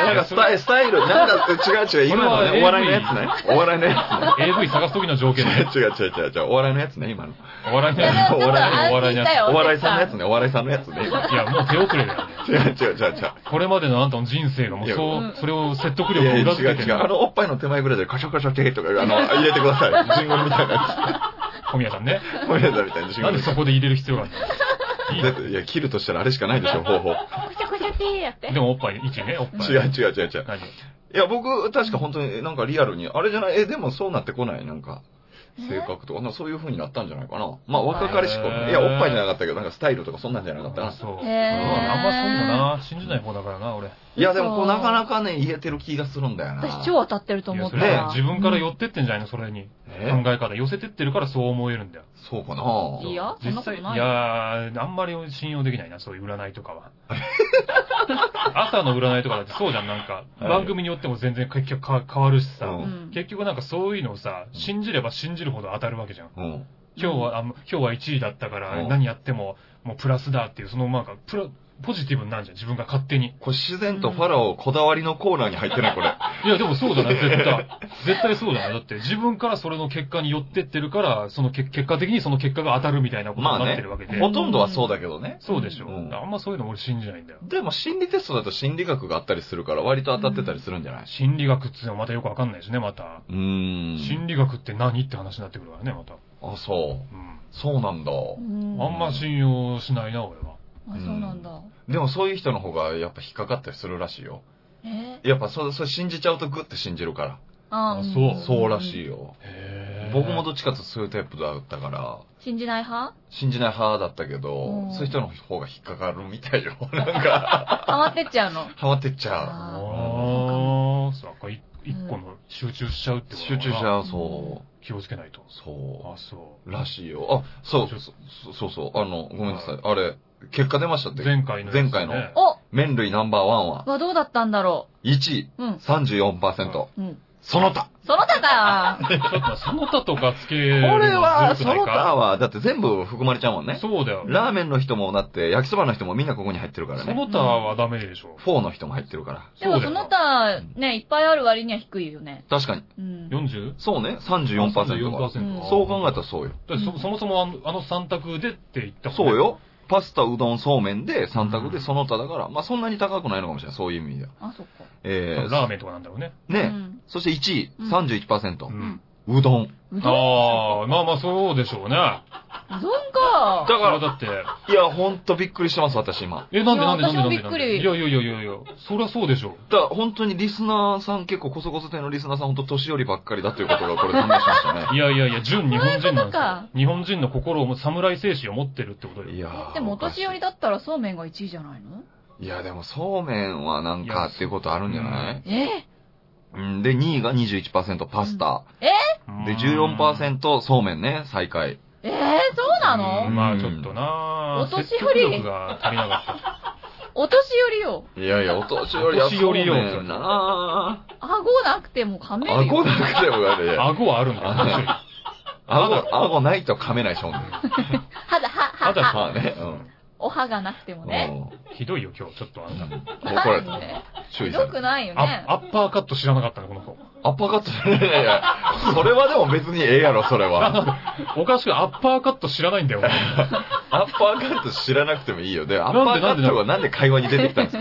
なんかスタイル、なんか違う。今のね、お笑いのやつね。お笑いのやつね。 AV 探す時の条件ね。 違う。お笑いのやつね、今の。 お笑いのやつ。 お笑いさんのやつね、お笑いさんのやつね。 いや、もう手遅れだよね。 違う。 これまでのあんたの人生がもうそれを説得力を裏付けて違う。おっぱいの手前ぐらいでカシャカシャ系とか、入れてください。ジングルみたいなやつ。小宮さんね。 小宮さんみたいなジングル。 なんでそこで入れる必要があるの？いや、切るとしたらあれしかないでしょ、方法。 コシャコシャってやって。 でもおっぱい1ね、おっぱい。 違う。何？いや、僕、確か本当になんかリアルに、あれじゃない、でもそうなってこないなんか。性格とか、そういう風になったんじゃないかな。まあ、若かりし頃。いや、おっぱいじゃなかったけど、なんかスタイルとかそんなんじゃなかったな。 そう。あんまそういうのな、信じない方だからな、俺。 いや、でもなかなかね、言えてる気がするんだよな。 私超当たってると思ってた。自分から寄ってってんじゃないの、それに。考え方。寄せてってるからそう思えるんだよ。 そうかな。 いや、 実際、いやあんまり信用できないな、そういう占いとかは。朝の占いとかだってそうじゃん、なんか。番組によっても全然結局変わるしさ。結局なんかそういうのをさ、信じれば信じるほど当たるわけじゃん。今日は1位だったから何やってももうプラスだっていう、そのなんかポジティブになるじゃん、自分が勝手に。 これ自然とファラオこだわりのコーナーに入ってないこれ。 いやでもそうだな、絶対そうだな。だって自分からそれの結果に寄ってってるから、その結果的にその結果が当たるみたいなことになってるわけで。 ほとんどはそうだけどね。 そうでしょ。あんまそういうの俺信じないんだよ。 でも心理テストだと心理学があったりするから割と当たってたりするんじゃない？ 心理学っていうのはまたよくわかんないしね、また。心理学って何って話になってくるからね、また。 あ、そう。そうなんだ。 あんま信用しないな、俺は。 あ、そうなんだ。 でもそういう人の方がやっぱ引っかかったりするらしいよ。やっぱそれ信じちゃうとグッて信じるから。 あ、 そうらしいよ。僕もどっちかとそういうタイプだったから。 信じない派だったけど、そういう人の方が引っかかるみたいよ。なんか。 ハマってっちゃうの？ ハマってっちゃう。 そうか、一個の集中しちゃうってこと？ 集中しちゃう、そう。 気をつけないと。 そう。 あ、そう。 らしいよ。あ、そう。ごめんなさい。あれ、結果出ましたって。 前回の。 麺類ナンバー1は。 どうだったんだろう。1位。34%。その他。 その他かちょっとその他とかつけるこれは、その他は、だって全部含まれちゃうもんね。 そうだよ。 ラーメンの人も、だって、焼きそばの人もみんなここに入ってるからね。 その他はダメでしょ。 フォーの人も入ってるから。 でもその他、ね、いっぱいある割には低いよね。 確かに。 40？ そうね、34%は。そう考えたらそうよ。 そもそもあの3択でって言ったもんね。 そうよ。パスタ、うどん、そうめんで3択でその他だから、まあそんなに高くないのかもしれない。そういう意味では。 あ、そっか。 ラーメンとかなんだろうね。 ね。そして1位、31%。うどん。 ああ、まあそうでしょうね。 うどんか。 だからだって。 いや、ほんとびっくりしてます、私今。 なんで私もびっくり。 いや、そりゃそうでしょ。 だから本当にリスナーさん結構コソコソ店のリスナーさんほんと年寄りばっかりだっていうことがこれ判明しましたね。 いや、純日本人なんですよ。日本人の心を、侍精神を持ってるってことよ。 いやでもお年寄りだったらそうめんが1位じゃないの？ いや、でもそうめんはなんかっていうことあるんじゃない？ で、 2位が 21% パスタ。で、14% そうめんね、最下位。 そうなの？ まあちょっとなお年寄りが足りなかった。 お年寄りよ。 いや、お年寄りはそうめんな。 顎なくても噛めるよ。 顎なくてもあれ。 顎はあるんだ。 顎ないと噛めないしょんね。 歯ね。 お歯がなくてもね。 ひどいよ、今日、ちょっとあんた。 怒られた。 ひどくないよね。 アッパーカット知らなかったね、この子。 アッパーカットいや、それはでも別にええやろ、それは。 おかしくアッパーカット知らないんだよ、 アッパーカット知らなくてもいいよ。で、アッパーカットはなんで会話に出てきたんですか？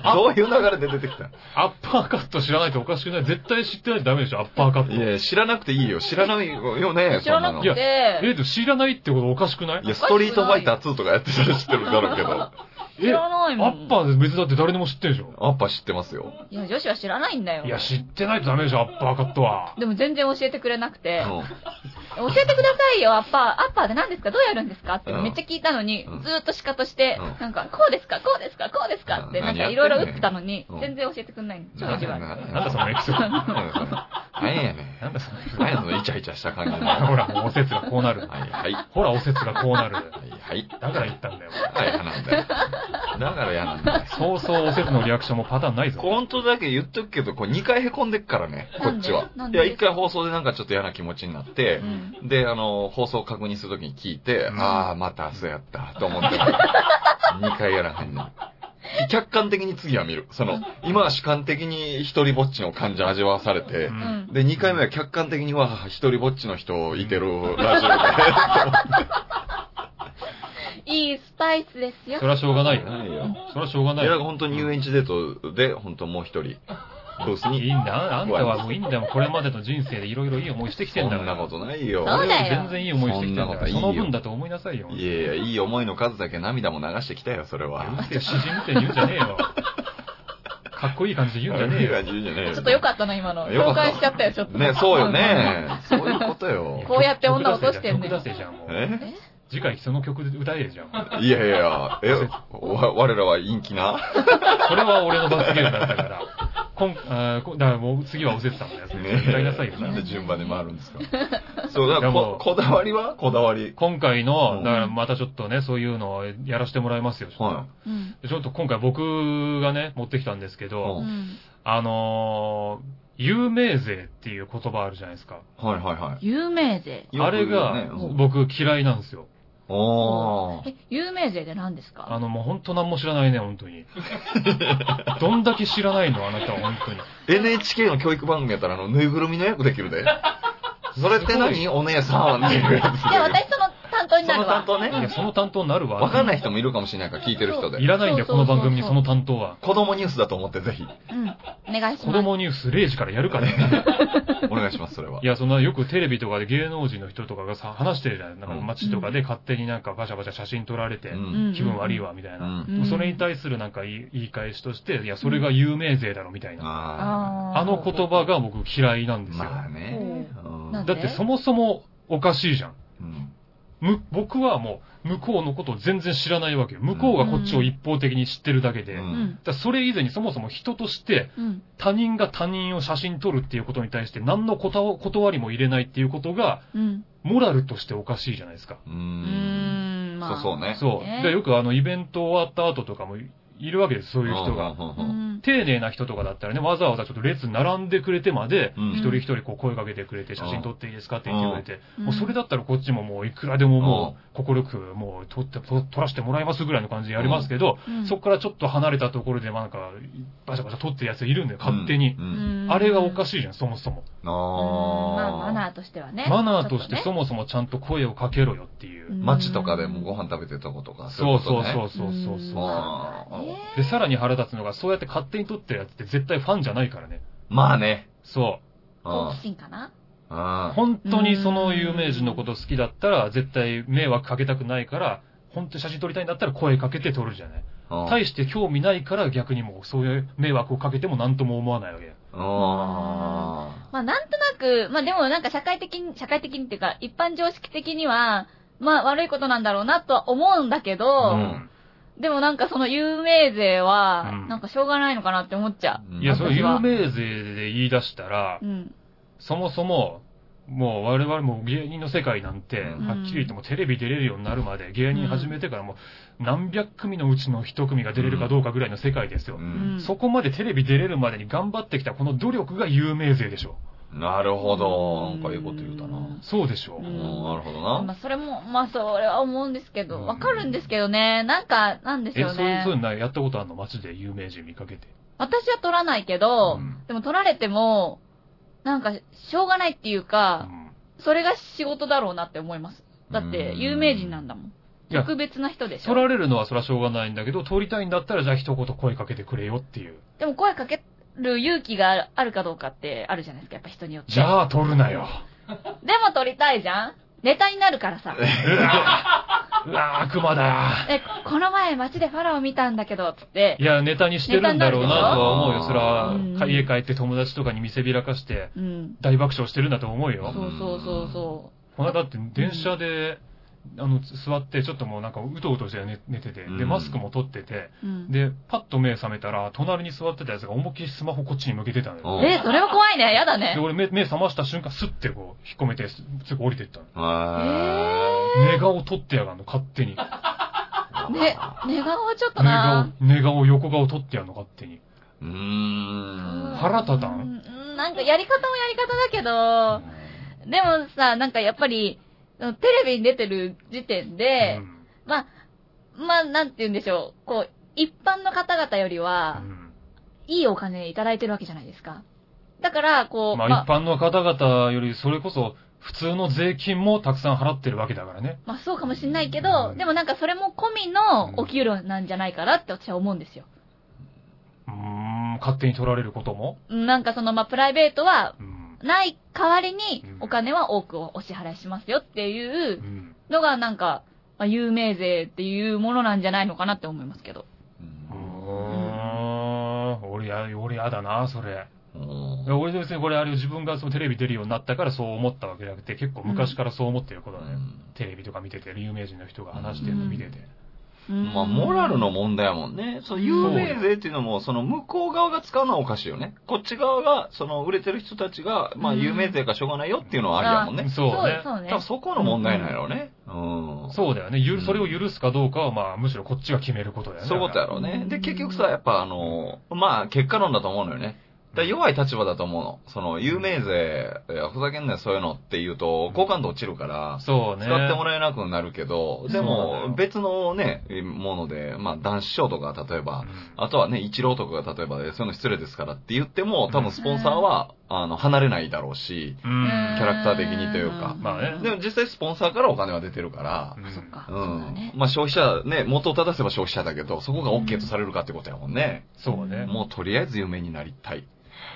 どういう流れで出てきた？ アッパーカット知らないとおかしくない？絶対知ってないとダメでしょ、アッパーカット。 いや、知らなくていいよ。知らないよね、 知らなくて。 知らないってことおかしくない？ いや、ストリートファイター2とかやってたら知ってるだろうけど。 知らないもん。 アッパーで別だって誰でも知ってるでしょ。 アッパー知ってますよ。 いや、女子は知らないんだよ。 いや、知ってないとダメでしょ、アッパーカットは。 でも全然教えてくれなくて。教えてくださいよ、アッパーって何ですか？どうやるんですか？ってめっちゃ聞いたのに、ずーっとシカとして、なんか、こうですか？こうですか？こうですか？って、なんかいろいろ打ってたのに、全然教えてくんないの。超意地悪。 なんだそのエピソード。 何やねん。なんだそのイチャイチャした感じ。 ほら、もうおせつがこうなる。 はいはい。 ほら、おせつがこうなる。はいはい。 だから言ったんだよ。 嫌なんだよ。だから嫌なんだよ。 そうそうおせつのリアクションもパターンないぞ。 本当だけ言っとくけど、こう2回凹んでっからね、こっちは。いや、1回放送でなんかちょっと嫌な気持ちになって、で、放送確認するときに聞いて、あー、またそうやった、と思って、2回やらへんねん。客観的に次は見る。今は主観的に一人ぼっちの感じ味わわされて、で、2回目は客観的には一人ぼっちの人いてるラジオで、 いいスパイスですよ。 それはしょうがないよ。それはしょうがない。 いや、本当に遊園地デートで、本当もう一人、ブースに。 いいんだ。あんたはもういいんだよ。これまでの人生でいろいろいい思いしてきてんだから。 そんなことないよ。 そうだよ。 全然いい思いしてきてんだから。その分だと思いなさいよ。 いやいや、いい思いの数だけ涙も流してきたよ、それは。 詩人みたいに言うんじゃねえよ。かっこいい感じで言うんじゃねえよ。 ちょっとよかったな、今の。紹介しちゃったよ、ちょっと。 ね、そうよね。そういうことよ。 こうやって女を落としてんね。 曲出せじゃん、もう。次回その曲で歌えるじゃん。 いやいや、我らは陰気な。 それは俺の罰ゲームだったから。だからもう次はおせつさんのやつで歌いなさいよ。 なんで順番で回るんですか？そう、だからこだわりはこだわり。 今回の、だからまたちょっとね、そういうのをやらせてもらいますよ。 はい。 ちょっと今回僕がね、持ってきたんですけど、有名税っていう言葉あるじゃないですか。 はいはいはい。 有名税。 あれが僕嫌いなんですよ。 有名税って何ですか？ もう本当何も知らないね、本当に。どんだけ知らないの、あなたは本当に。 NHK の教育番組やったらぬいぐるみの役できるで。それって何？お姉さんっていうやつ。 いや、私その担当になるわ。 その担当ね。 いや、その担当になるわ。 わかんない人もいるかもしれないから聞いてる人で。 いらないんだよ、この番組にその担当は。 子供ニュースだと思ってぜひ。 お願いします。 子供ニュース0時からやるからね。 お願いします、それは。 いや、よくテレビとかで芸能人の人とかがさ、話してるじゃない。なんか街とかで勝手になんかバシャバシャ写真撮られて、気分悪いわ、みたいな。それに対するなんか言い返しとして、いや、それが有名税だろ、みたいな。あの言葉が僕嫌いなんですよ。 まあね。 だってそもそもおかしいじゃん。僕はもう向こうのことを全然知らないわけよ。向こうがこっちを一方的に知ってるだけで。それ以前にそもそも人として他人が他人を写真撮るっていうことに対して何の断りも入れないっていうことがモラルとしておかしいじゃないですか。 そうね。 そう。でよくイベント終わった後とかもいるわけです、そういう人が。丁寧な人とかだったらね、わざわざちょっと列並んでくれてまで、一人一人こう声かけてくれて、写真撮っていいですかって言ってくれて、もうそれだったらこっちももういくらでももう、心よくもう撮らせてもらいますぐらいの感じでやりますけど、そこからちょっと離れたところでなんか、バシャバシャ撮ってるやついるんだよ、勝手に。あれがおかしいじゃん、そもそも。 まあ、マナーとしてはね。 マナーとしてそもそもちゃんと声をかけろよっていう。 街とかでもご飯食べてるとことか。 そう。で、さらに腹立つのが、そうやって勝手に撮ってるやつって絶対ファンじゃないからね。 まあね。 そう。 好奇心かな？ 本当にその有名人のこと好きだったら、絶対迷惑かけたくないから、本当に写真撮りたいんだったら声かけて撮るじゃない。対して興味ないから逆にもうそういう迷惑をかけても何とも思わないわけ。 まあなんとなく、まあでもなんか社会的にっていうか、一般常識的には、まあ悪いことなんだろうなとは思うんだけど、でもなんかその有名税は、なんかしょうがないのかなって思っちゃう。 いや、その有名税で言い出したら、そもそも、もう我々も芸人の世界なんて、はっきり言ってもテレビ出れるようになるまで、芸人始めてからも何百組のうちの一組が出れるかどうかぐらいの世界ですよ。そこまでテレビ出れるまでに頑張ってきたこの努力が有名税でしょ。 なるほど。なんかいいこと言うたな。 そうでしょ。 なるほどな。 まあそれも、まあそれは思うんですけど、わかるんですけどね。なんか、なんでしょうね。 そういうのやったことあるの？街で有名人見かけて。 私は撮らないけど、でも撮られても、なんか、しょうがないっていうか、それが仕事だろうなって思います。だって、有名人なんだもん。 特別な人でしょ。 取られるのはそれはしょうがないんだけど、取りたいんだったらじゃあ一言声かけてくれよっていう。 でも声かける勇気があるかどうかってあるじゃないですか、やっぱ人によって。 じゃあ取るなよ。 でも取りたいじゃん。ネタになるからさ。 うわ悪魔だ。 この前街でファラオ見たんだけど、つって。 いや、ネタにしてるんだろうなとは思うよ。それは、家帰って友達とかに見せびらかして、大爆笑してるんだと思うよ。 そう。 この間だって電車で、座って、ちょっともうなんかうとうとして寝てて、で、マスクも取ってて、で、パッと目覚めたら、隣に座ってたやつが思いっきりスマホこっちに向けてたのよ。それは怖いね。やだね。 で、俺目覚ました瞬間、スッてこう、引っ込めて、すぐ降りてったの。寝顔撮ってやがんの、勝手に。 寝顔はちょっとな。 寝顔、横顔撮ってやんの、勝手に。腹立たん？ なんかやり方もやり方だけど、でもさ、なんかやっぱり、テレビに出てる時点で、まあ、なんて言うんでしょう。こう、一般の方々よりは、いいお金いただいてるわけじゃないですか。だから、こう。 一般の方々より、それこそ、普通の税金もたくさん払ってるわけだからね。 そうかもしんないけど、でもなんかそれも込みのお給料なんじゃないかなって私は思うんですよ。 勝手に取られることも？ なんかプライベートは、ない代わりにお金は多くお支払いしますよっていうのがなんか、有名税っていうものなんじゃないのかなって思いますけど。 俺やだな、それ。俺別にこれ自分がテレビ出るようになったからそう思ったわけじゃなくて、結構昔からそう思ってることだね。テレビとか見てて、有名人の人が話してるの見てて。 モラルの問題やもんね。有名税っていうのも、向こう側が使うのはおかしいよね。こっち側が、売れてる人たちが、有名税がしょうがないよっていうのはありやもんね。 そうね。 多分そこの問題なんやろうね。 そうだよね。それを許すかどうかは、むしろこっちが決めることだよね。 そういうことやろうね。で、結局さ、やっぱ結果論だと思うのよね。弱い立場だと思うの。有名税、ふざけんなよそういうのって言うと、好感度落ちるから、 そうね。 使ってもらえなくなるけど、でも、別のね、もので、男子賞とか例えば、あとはね、一郎とかが例えば、そういうの失礼ですからって言っても、多分スポンサーは、離れないだろうし、キャラクター的にというか。でも実際スポンサーからお金は出てるから、消費者、ね、元を正せば消費者だけど、そこが OK とされるかってことやもんね。 そうね。 もうとりあえず有名になりたい。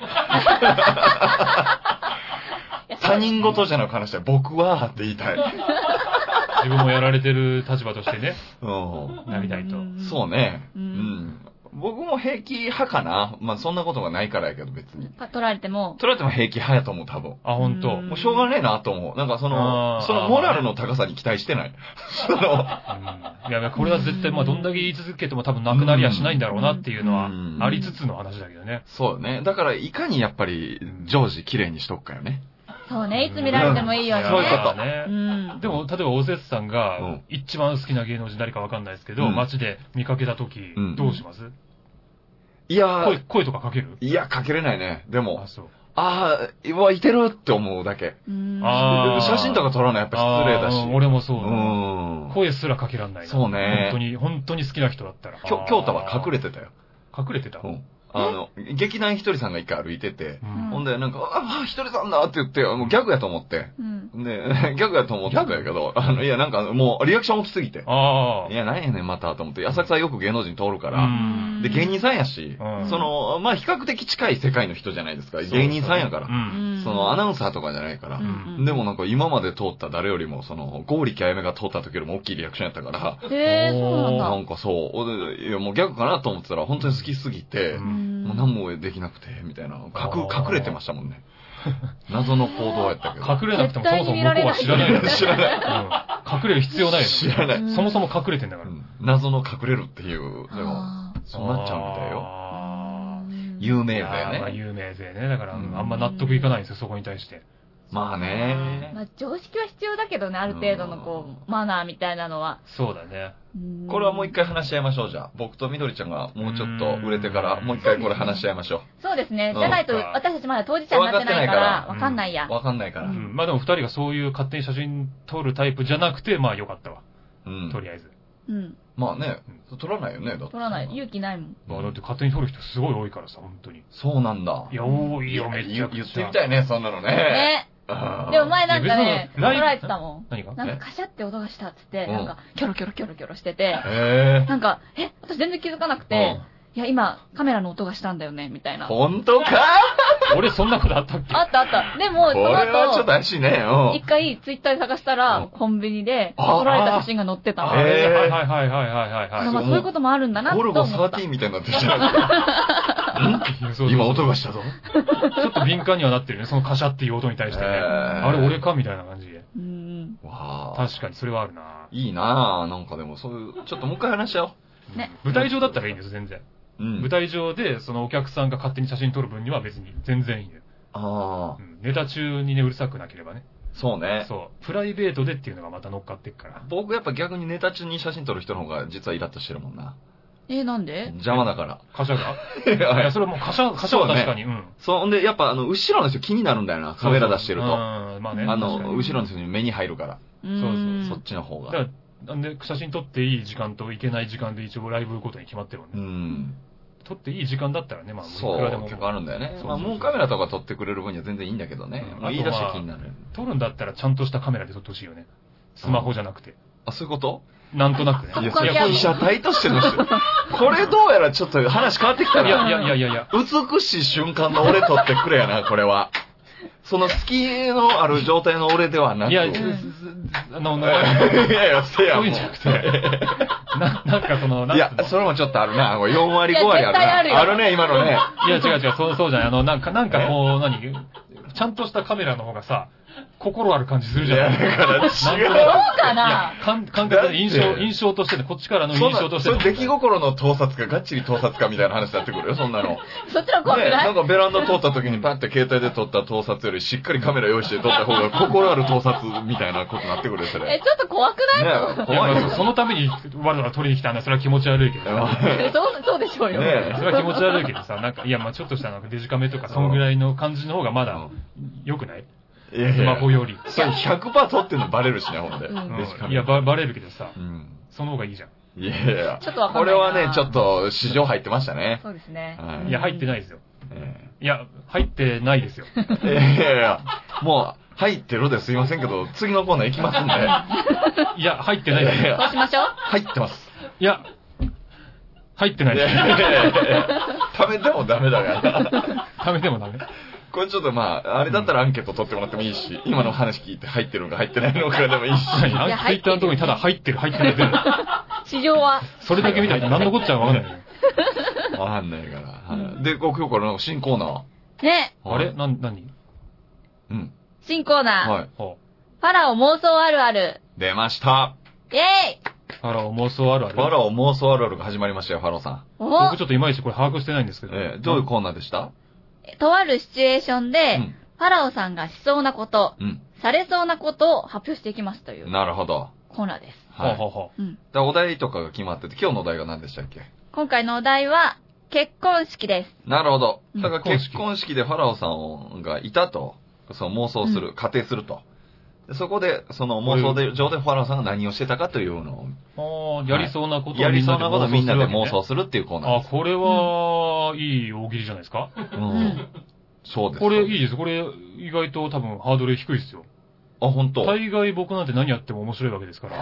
他人事じゃなく話したら僕はって言いたい。 自分もやられてる立場としてね。なりたいと。 そうね。僕も平気派かな。そんなことがないからやけど別に。 取られても平気派やと思う、多分。 本当。 もうしょうがねえなと思う。なんかそのモラルの高さに期待してない。 いや、これは絶対、どんだけ言い続けても多分なくなりはしないんだろうなっていうのはありつつの話だけどね。 そうね。だからいかにやっぱり常時綺麗にしとくかよね。 そうね、いつ見られてもいいよね。 そういうことね。でも、例えば、おせつさんが、一番好きな芸能人誰かわかんないですけど、街で見かけたとき、どうします？ いや声とかかける？ いや、かけれないね。でも、いてるって思うだけ。写真とか撮らないやっぱ失礼だし。 俺もそうだ。声すらかけらんないな。 そうね。 本当に好きな人だったら。 京太は隠れてたよ。 隠れてた？ 劇団ひとりさんが一回歩いてて、ほんでなんか、ひとりさんだって言って、もうギャグやと思って。で、ギャグやと思ってたんやけど、いやなんかもうリアクション大きすぎて。いや、なんやねんまたと思って、浅草よく芸能人通るから。で、芸人さんやし、比較的近い世界の人じゃないですか。芸人さんやから。アナウンサーとかじゃないから。でもなんか今まで通った誰よりも、剛力あやめが通った時よりも大きいリアクションやったから。 そうなんだ。 なんかそう。いや、もうギャグかなと思ってたら、本当に好きすぎて、もう何もできなくて、みたいな。隠れてましたもんね。謎の行動やったけど。 隠れなくてもそもそも向こうは知らない。知らない。隠れる必要ないよ。 知らない。 そもそも隠れてんだから。 謎の隠れるっていう。でも、そうなっちゃうんだよ。有名税ね。 有名税ね。だから、あんま納得いかないんですよ、そこに対して。 まあね。 常識は必要だけどね、ある程度のマナーみたいなのは。 そうだね。 これはもう一回話し合いましょう、じゃあ。僕とみどりちゃんがもうちょっと売れてから、もう一回これ話し合いましょう。 そうですね。じゃないと、私たちまだ当事者になってないから、わかんないや。 わかんないから。 でも二人がそういう勝手に写真撮るタイプじゃなくて、よかったわ。とりあえず。 まあね、撮らないよね、だって。 撮らない。勇気ないもん。 だって勝手に撮る人すごい多いからさ、本当に。 そうなんだ。 いや、多いよ、めっちゃ。 言ってみたいね、そんなのね。 ね。 でも前なんかね、 捉えてたもん。 何がなんかカシャって音がしたっつって、なんかキョロキョロしてて、なんか、私全然気づかなくて、いや、今、カメラの音がしたんだよね、みたいな。 本当か俺そんなことあったっけ？ あった。でも、その後、 これはちょっと怪しいね。 一回ツイッターで探したら、コンビニで撮られた写真が載ってたの。 はい。 そういうこともあるんだなと思った。 ゴルゴ13みたいになってきた。今音がしたぞ。 ちょっと敏感にはなってるね、そのカシャっていう音に対してね。あれ俺かみたいな感じで。確かにそれはあるな。 いいなぁ。なんかでもそういう、ちょっともう一回話しちゃおう。 ね。 舞台上だったらいいんです、全然。舞台上で、そのお客さんが勝手に写真撮る分には別に全然いいね。ネタ中にね、うるさくなければね。 そうね。 そう。プライベートでっていうのがまた乗っかってっから。 僕やっぱ逆にネタ中に写真撮る人の方が実はイラッとしてるもんな。 なんで？ 邪魔だから。 カシャがいや、それはもうカシャは確かに。 そう、んで、やっぱ後ろの人気になるんだよな、カメラ出してると。 まあね。 後ろの人に目に入るから。 そっちの方が。 だから、なんで、写真撮っていい時間といけない時間で一応ライブごとに決まってるもんね。撮っていい時間だったらね、まあ、 そう、結構あるんだよね。まあ、ムーンカメラとか撮ってくれる分には全然いいんだけどね。言い出して気になる。 撮るんだったらちゃんとしたカメラで撮ってほしいよね。スマホじゃなくて。 あ、そういうこと？ なんとなくね。 いや、被写体としての人。これどうやらちょっと話変わってきたな。 いや。 美しい瞬間の俺撮ってくれやな、これは。その好きのある状態の俺ではなく。いや、せや、 そういうんじゃなくて。なんかその、 いや、それもちょっとあるな。4割5割あるな。あるね、今のね。 いや、違う、そうじゃない。なんかこう、ちゃんとしたカメラの方がさ、心ある感じするじゃないだから違う。 そうかな？ 感覚で印象としてね、こっちからの印象として。 それ出来心の盗撮か、がっちり盗撮かみたいな話になってくるよ、そんなの。 そっちの怖くない？ なんかベランダ通った時にパッて携帯で撮った盗撮よりしっかりカメラ用意して撮った方が心ある盗撮みたいなことになってくるよ、それ。 ちょっと怖くない？ ね、怖いよ。 そのためにわざわざ撮りに来たんだ、それは気持ち悪いけど。 そうでしょうよ。 ね、それは気持ち悪いけどさ、なんか、いや、まあちょっとしたデジカメとか、そのぐらいの感じの方がまだ良くない？スマホより。 それ 100% 撮ってんのバレるしね、ほんで。 いや、バレるけどさ、その方がいいじゃん。 いやちょっとこれはね、ちょっと市場入ってましたね。 そうですね。 いや、入ってないですよ。いや、入ってないですよ。 いや、もう、入ってるですいませんけど、次のコーナー行きますんで。 いや、入ってないですよ。 そうしましょう。 入ってます。 いや、入ってないです。 食べてもダメだから。 食べてもダメ。 これちょっとまあ、あれだったらアンケート取ってもらってもいいし、今の話聞いて入ってるのか入ってないのかでもいいし。 ツイッターのところにただ入ってる、入ってない全部。 市場は。 それだけ見たら何のこっちゃわかんないよ。 わかんないから。で、今日から新コーナー。ね。 あれ何新コーナー。 はい。 ファラオ妄想あるある。 出ました。 イェーイ！ ファラオ妄想あるある。 ファラオ妄想あるあるが始まりましたよ、ファラオさん。 僕ちょっといまいちこれ把握してないんですけど。 どういうコーナーでした？ とあるシチュエーションで、ファラオさんがしそうなこと、されそうなことを発表していきますという。 なるほど。 コーナーです。 はい。お題とかが決まってて、今日のお題が何でしたっけ？ 今回のお題は、結婚式です。 なるほど。だから結婚式でファラオさんがいたと、その妄想する、仮定すると。そこで、その妄想で、上でファラオさんが何をしてたかというのを。やりそうなことをやりそうなことをみんなで妄想するっていうコーナーです。 これは、いい大喜利じゃないですか？ そうです。 これいいです。これ、意外と多分ハードル低いですよ。 あ、本当。 大概僕なんて何やっても面白いわけですから。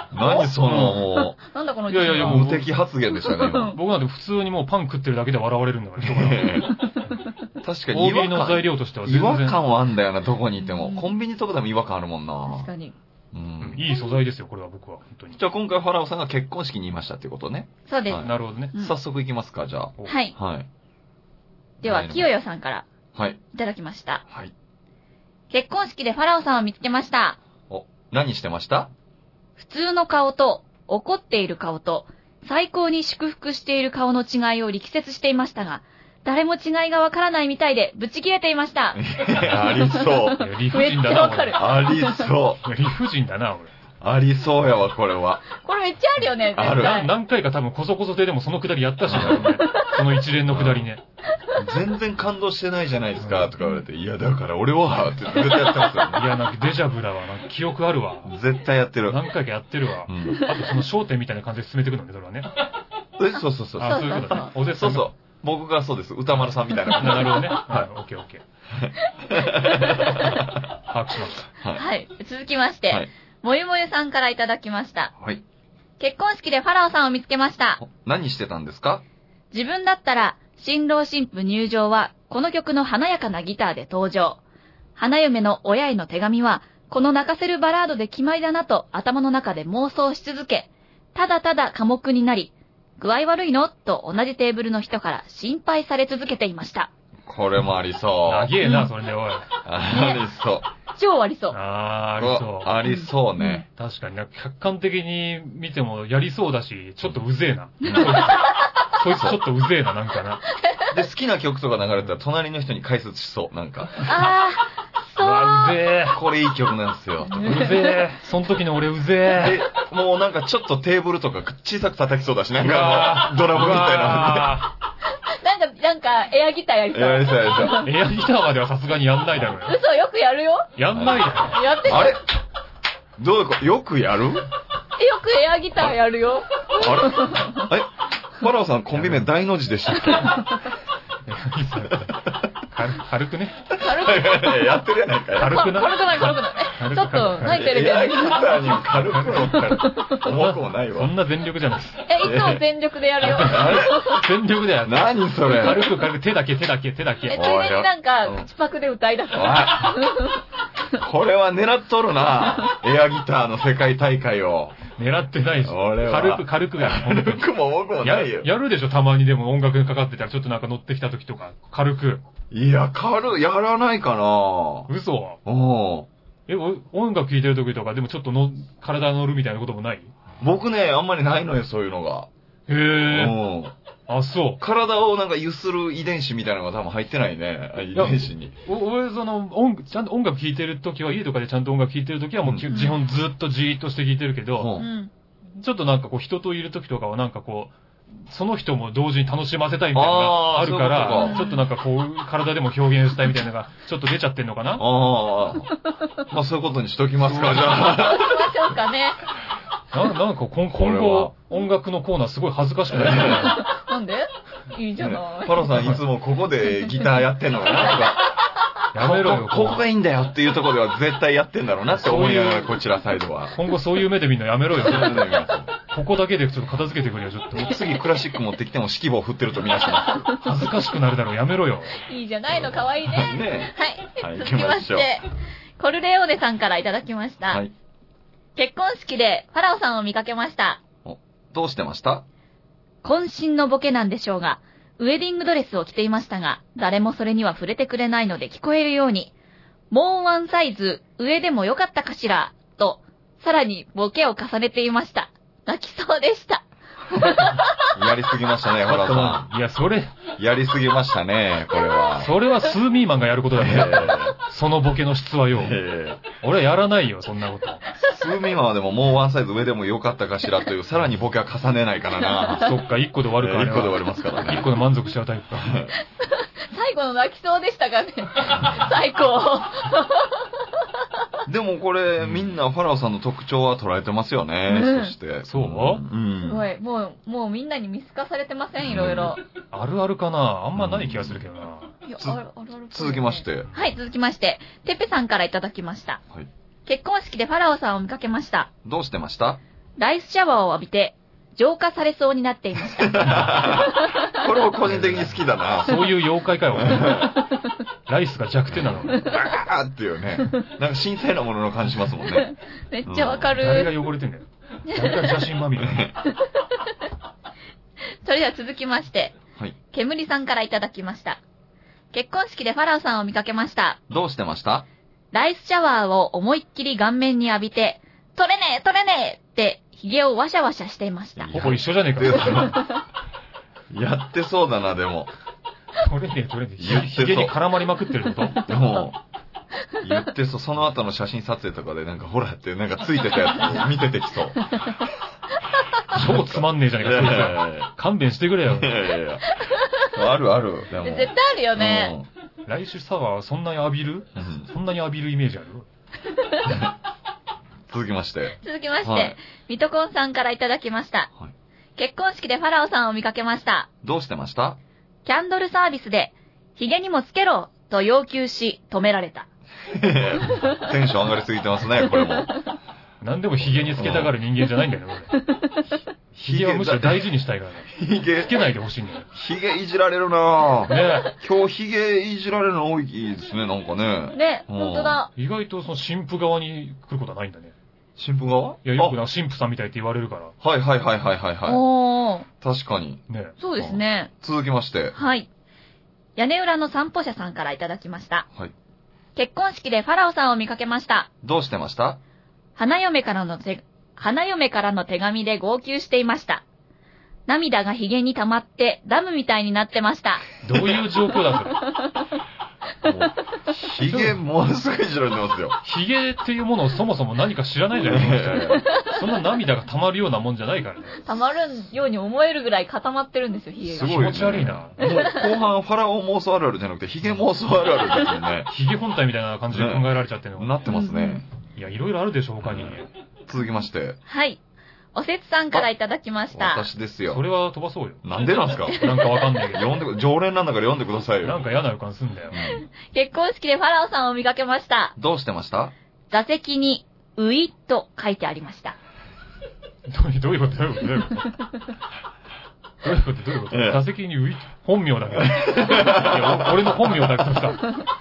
何その、 なんだこのいやもう無敵発言でしたね、今。 僕なんて普通にもうパン食ってるだけで笑われるんだから、人から。 確かに大喜利の材料としては全然。違和感はあんだよな、どこにいても。コンビニとかでも違和感あるもんな。 確かに。 いい素材ですよ、これは僕は。本当に。 じゃあ今回ファラオさんが結婚式にいましたっていうことね。 そうです。 なるほどね。 早速行きますか、じゃあ。 はい。 はい。 では、清代さんから。 はい。 いただきました。 はい。 結婚式でファラオさんを見つけました。 何してました？ 普通の顔と、怒っている顔と、最高に祝福している顔の違いを力説していましたが、誰も違いがわからないみたいで、ブチ切れていました。 ありそう。 理不尽だな、俺。 ありそう。 理不尽だな、俺。 ありそうやわ、これは。 これめっちゃあるよね、 ある。 何回か多分こそこそででもそのくだりやったしね。その一連のくだりね。 全然感動してないじゃないですか、とか言われて、いや、だから俺は、って絶対やってますよ、 ね。いや、なんかデジャブだわ。なんか記憶あるわ。 絶対やってる。 何回かやってるわ。あとその焦点みたいな感じで進めていくのね、それはね。 そう。 そういうことね。 そう。 僕がそうです。歌丸さんみたいな。 なるほどね。はい、オッケー。把握しました。はい。続きまして、もゆもゆさんからいただきました。 はい。 結婚式でファラオさんを見つけました。 何してたんですか？ 自分だったら、新郎新婦入場は、この曲の華やかなギターで登場。花嫁の親への手紙は、この泣かせるバラードで決まりだなと頭の中で妄想し続け、ただただ寡黙になり、具合悪いのと同じテーブルの人から心配され続けていました。 これもありそう。 長えな、それでおい。 ありそう。 超ありそう。 ありそう。 ありそうね。 確かに、客観的に見てもやりそうだし、ちょっとうぜえな。そいつちょっとうぜえな、なんかな。 で、好きな曲とか流れたら隣の人に解説しそう、なんか。 そう。 うぜえ。 これいい曲なんですよ。 うぜえ。その時の俺うぜえ。もうなんかちょっとテーブルとか小さく叩きそうだし、なんかドラムみたいな。 なんか、エアギターやりそう。 エアギターまではさすがにやんないだろうよ。 嘘、よくやるよ。 やんないだろ。 やってる。 あれどういうこと？よくやる？ よくエアギターやるよ。 あれファラオさんコンビ名大の字でしたっけ？ 軽くね。 軽くやってるやないかよ。 軽くない。 ちょっと、何テレビやるの？軽く乗ったら、重くもないわ。 そんな全力じゃないです。 いつも全力でやるよ。 全力でやる。 何それ？ 軽く、手だけ。 ついでになんか、口パクで歌い出す。 これは狙っとるな。エアギターの世界大会を。 狙ってないし。軽くやる。 軽くも重くもないよ。 やるでしょ、たまにでも音楽かかってたら、ちょっとなんか乗ってきた時とか、軽く。 いや、やらないかな。 嘘？ 音楽聴いてる時とか、でもちょっと体乗るみたいなこともない？ 僕ね、あんまりないのよ、そういうのが。 へぇー。あ、そう。 体をなんか揺する遺伝子みたいなのが多分入ってないね。遺伝子に。 俺、ちゃんと音楽聴いてる時は、家とかでちゃんと音楽聴いてる時はもう基本ずっとじーっとして聴いてるけど、ちょっとなんかこう人といる時とかはなんかこう、その人も同時に楽しませたいみたいなのがあるから、ちょっとなんかこう、体でも表現したいみたいなのが、ちょっと出ちゃってんのかな？ まあそういうことにしときますか、じゃあ。 しましょうかね。 なんか今後、音楽のコーナーすごい恥ずかしくない？ なんで？いいじゃない。 パロさんいつもここでギターやってんのかな？ やめろよ。 ここがいいんだよっていうところでは絶対やってんだろうなって思いながら、こちらサイドは。 今後そういう目でみんなやめろよ。ここだけでちょっと片付けてくれよ、ちょっと。 次クラシック持ってきても指揮棒振ってると見なします。 恥ずかしくなるだろう、やめろよ。 いいじゃないの、かわいいね。 ねはい。続きまして、コルレオーネさんからいただきました。はい。結婚式でファラオさんを見かけました。 どうしてました？ 渾身のボケなんでしょうが、ウェディングドレスを着ていましたが、誰もそれには触れてくれないので聞こえるように、もうワンサイズ上でもよかったかしら、と、さらにボケを重ねていました。泣きそうでした。 やりすぎましたね、ホラさん。いや、それ。 やりすぎましたね、これは。 それはスーミーマンがやることだね。そのボケの質はよ。俺はやらないよ、そんなこと。 スーミーマンはでももうワンサイズ上でもよかったかしらという、さらにボケは重ねないからな。 そっか、1個で終わるからね。 1個で終わりますからね。 1個で満足しちゃうタイプか。 最後の泣きそうでしたかね。最高。 でもこれ、みんなファラオさんの特徴は捉えてますよね。そして。 そう？ すごい。もうみんなに見透かされてません、いろいろ。 あるあるかな？あんまない気がするけどな。 続きまして。 はい、続きまして。てっぺさんからいただきました。はい。結婚式でファラオさんを見かけました。 どうしてました？ ライスシャワーを浴びて、浄化されそうになっていました。 これも個人的に好きだな。 そういう妖怪かよ。ライスが弱点なの。 バーっていうね。なんか神聖なものの感じしますもんね。 めっちゃわかる。 誰が汚れてんだよ。誰が写真まみれ。 それでは続きまして。はい。煙さんからいただきました。結婚式でファラオさんを見かけました。 どうしてました？ ライスシャワーを思いっきり顔面に浴びて、取れねえって髭をワシャワシャしていました。 ほぼ一緒じゃねえか。 やってそうだな、でも。 取れねえ。髭に絡まりまくってること？ でも、言ってそう、その後の写真撮影とかでなんかほらってなんかついてたやつ見ててきそう。 超つまんねえじゃねえか。勘弁してくれよ。 いや。ある。 でも絶対あるよね。 ライスシャワーそんなに浴びる？そんなに浴びるイメージある？ 続きまして。 はい、ミトコンさんからいただきました。はい、結婚式でファラオさんを見かけました。 どうしてました？ キャンドルサービスで、髭にもつけろと要求し、止められた。 テンション上がりすぎてますね、これも。 何でも髭につけたがる人間じゃないんだよね、俺。髭はむしろ大事にしたいからね。髭つけないでほしいんだよ。 髭いじられるなぁ。ね。今日髭いじられるの多いですね、なんかね。 ね、ほんとだ。 意外とその神父側に来ることはないんだね。 神父側？ いや、よくな、神父さんみたいって言われるから。 はいはいはいはいはいはい。 おー。 確かに。 ね。 そうですね。 続きまして。 はい。屋根裏の散歩者さんからいただきました。 はい。 結婚式でファラオさんを見かけました。 どうしてました？ 花嫁からの手紙で号泣していました。涙が髭に溜まってダムみたいになってました。 どういう状況だそれ。 髭ものすごいいじられてますよ。 髭っていうものをそもそも何か知らないじゃないですか。そんな涙が溜まるようなもんじゃないからね。 溜まるように思えるぐらい固まってるんですよ、髭が。 すごい、ね、気持ち悪いな。 もう後半ファラオ妄想あるあるじゃなくて髭妄想あるあるですよね。 髭本体みたいな感じで考えられちゃってるの、 なってますね。 いや、いろいろあるでしょ、他に。 続きまして。 はい。おせつさんからいただきました。 私ですよ。 それは飛ばそうよ。 なんでなんですか？ なんかわかんないけど。 読んで、常連なんだから読んでくださいよ。 なんか嫌な予感すんだよ。 結婚式でファラオさんを見かけました。 どうしてました？ 座席に、ウィッと書いてありました。 どういうことどういうこと、座席にウィッと本名だけど。いや、俺の本名だけどさ。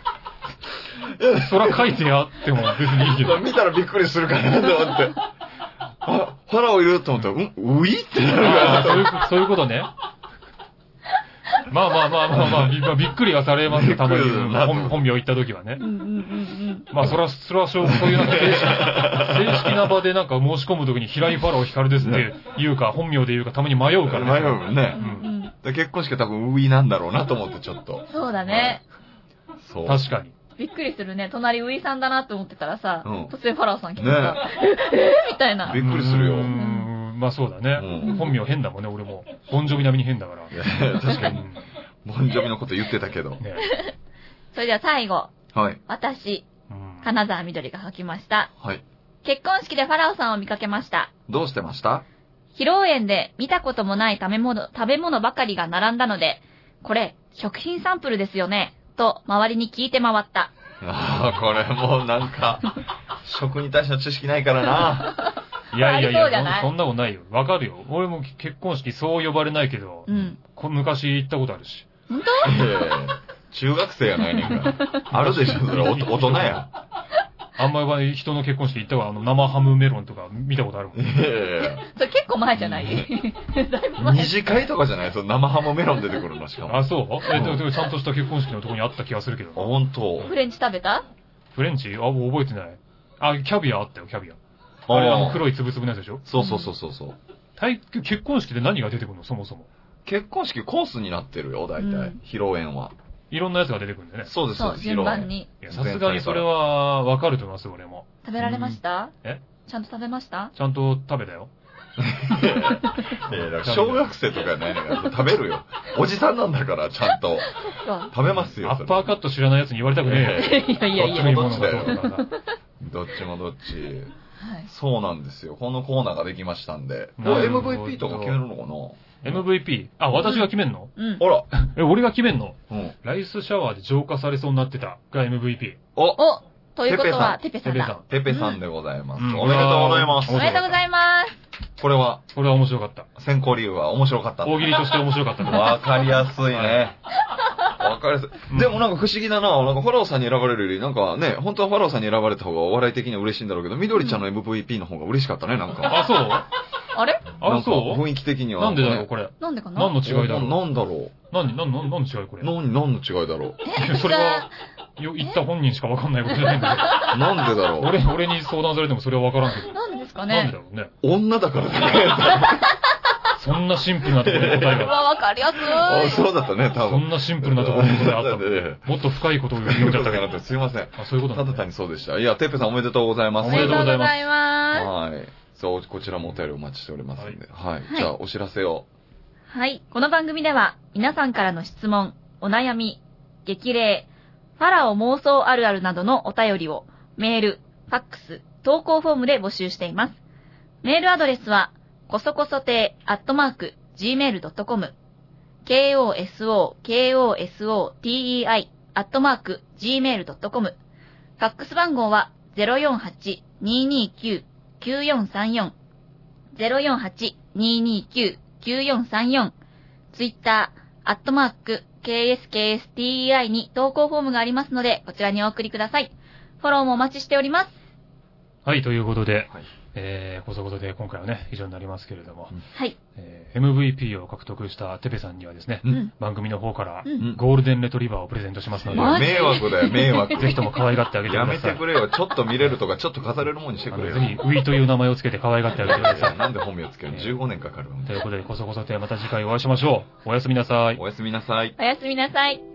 そら書いてやっても別にいいけど。 見たらびっくりするかなと思って。あ、ファラオいると思ったら、ウィってなるからそういうことね。まあ、びっくりはされますよ、たまに。本名言った時はね。まあ、それはそういうなんか正式な場でなんか申し込む時に平井ファラオ光ですって言うか、本名で言うかたまに迷うからね。迷うね。結婚式は多分ウィなんだろうなと思ってちょっと。 そうだね。 そう。確かに。 びっくりするね。隣ウイさんだなって思ってたらさ、突然ファラオさん来てさ、みたいな。 びっくりするよ。 まあそうだね。本名変だもんね、俺も。ボンジョビ並みに変だから。 確かに。ボンジョビのこと言ってたけど。 それでは最後。 はい。 私、金沢みどりが書きました。 はい。 結婚式でファラオさんを見かけました。 どうしてました？ 披露宴で見たこともない食べ物ばかりが並んだので、これ、食品サンプルですよね。と、周りに聞いて回った。 ああ、これもうなんか、食に対しての知識ないからな。 いや、そんなことないよ。わかるよ。俺も結婚式そう呼ばれないけど、昔行ったことあるし。 本当？中学生やないねんか。あるでしょ、それ大人や。 あんまり人の結婚式行ったわ、生ハムメロンとか見たことあるもん。 それ結構前じゃない？ だいぶ前。二次会とかじゃない？その生ハムメロン出てくるのしかも。 あ、そう？ちゃんとした結婚式のとこにあった気がするけど。 あ、ほんと。 フレンチ食べた？ フレンチ？覚えてない。あ、キャビアあったよ、キャビア。あれ黒いつぶつぶのやつでしょ？ そう。 結婚式で何が出てくるのそもそも。 結婚式コースになってるよ、大体。披露宴は。 いろんなやつが出てくるんだよね。 そうです、 順番に。 さすがにそれはわかると思います、俺も。 食べられました？ちゃんと食べました？ ちゃんと食べたよ。 小学生とかないねんから食べるよ。おじさんなんだから、ちゃんと。食べますよ。 アッパーカット知らないやつに言われたくねえよ。いや。 どっちもどっち。そうなんですよ。このコーナーができましたんで。MVP とか決めるのかな ？MVP？ あ、私が決めんの？ あら。 俺が決めんの？ライスシャワーで浄化されそうになってたが MVP。 おということは、テペさんだ。 テペさんでございます。おめでとうございます。 おめでとうございます。 これは面白かった。 選考理由は面白かった。 大喜利として面白かった。 わかりやすいね。わかりやすい。でもなんか不思議だな。なんかファラオさんに選ばれるより、なんかね、本当はファラオさんに選ばれた方がお笑い的には嬉しいんだろうけど、みどりちゃんの MVP の方が嬉しかったね、なんか。 あ、そう？ あれ？ あ、そう？ 雰囲気的には。 なんでだろう、これ。 なんでかな？ 何の違いだろう。 なんだろう。 何の違いこれ。 何の違いだろう。 それは、言った本人しかわかんないことじゃないんだけど。なんでだろう。 俺に相談されてもそれはわからんけど。 なんでですかね。 なんでだろうね。 女だからだそんなシンプルなところに答えが。 わかりやすい。 そうだったね、多分。 そんなシンプルなところに答えあったもっと深いことを言っちゃったけど。 すいません。 あ、そういうことただ単にそうでした。いや、テッペさんおめでとうございます。 おめでとうございます。 はい。そう、こちらもお便りお待ちしておりますので。はい。じゃあ、お知らせを。 はい。この番組では、皆さんからの質問、お悩み、激励、ファラオ妄想あるあるなどのお便りを、メール、ファックス、投稿フォームで募集しています。メールアドレスは、こそこそ亭@gmail.com、 kosotei@gmail.com。ファックス番号は 048-229-9434。048-229-9434。ツイッター、@KSKSTEI に投稿フォームがありますので、こちらにお送りください。フォローもお待ちしております。 はい、ということで、こそこそで今回はね、以上になりますけれども、 はい。 MVP を獲得したテペさんにはですね、番組の方からゴールデンレトリバーをプレゼントしますので、 迷惑だよ、迷惑。 ぜひとも可愛がってあげてください。 やめてくれよ、ちょっと見れるとか、ちょっと飾れるもんにしてくれよ。 ぜひ、ウィという名前をつけて可愛がってあげてください。 なんで本名つけるの ?15 年かかるの。 ということで、こそこそでまた次回お会いしましょう。おやすみなさい。 おやすみなさい。 おやすみなさい。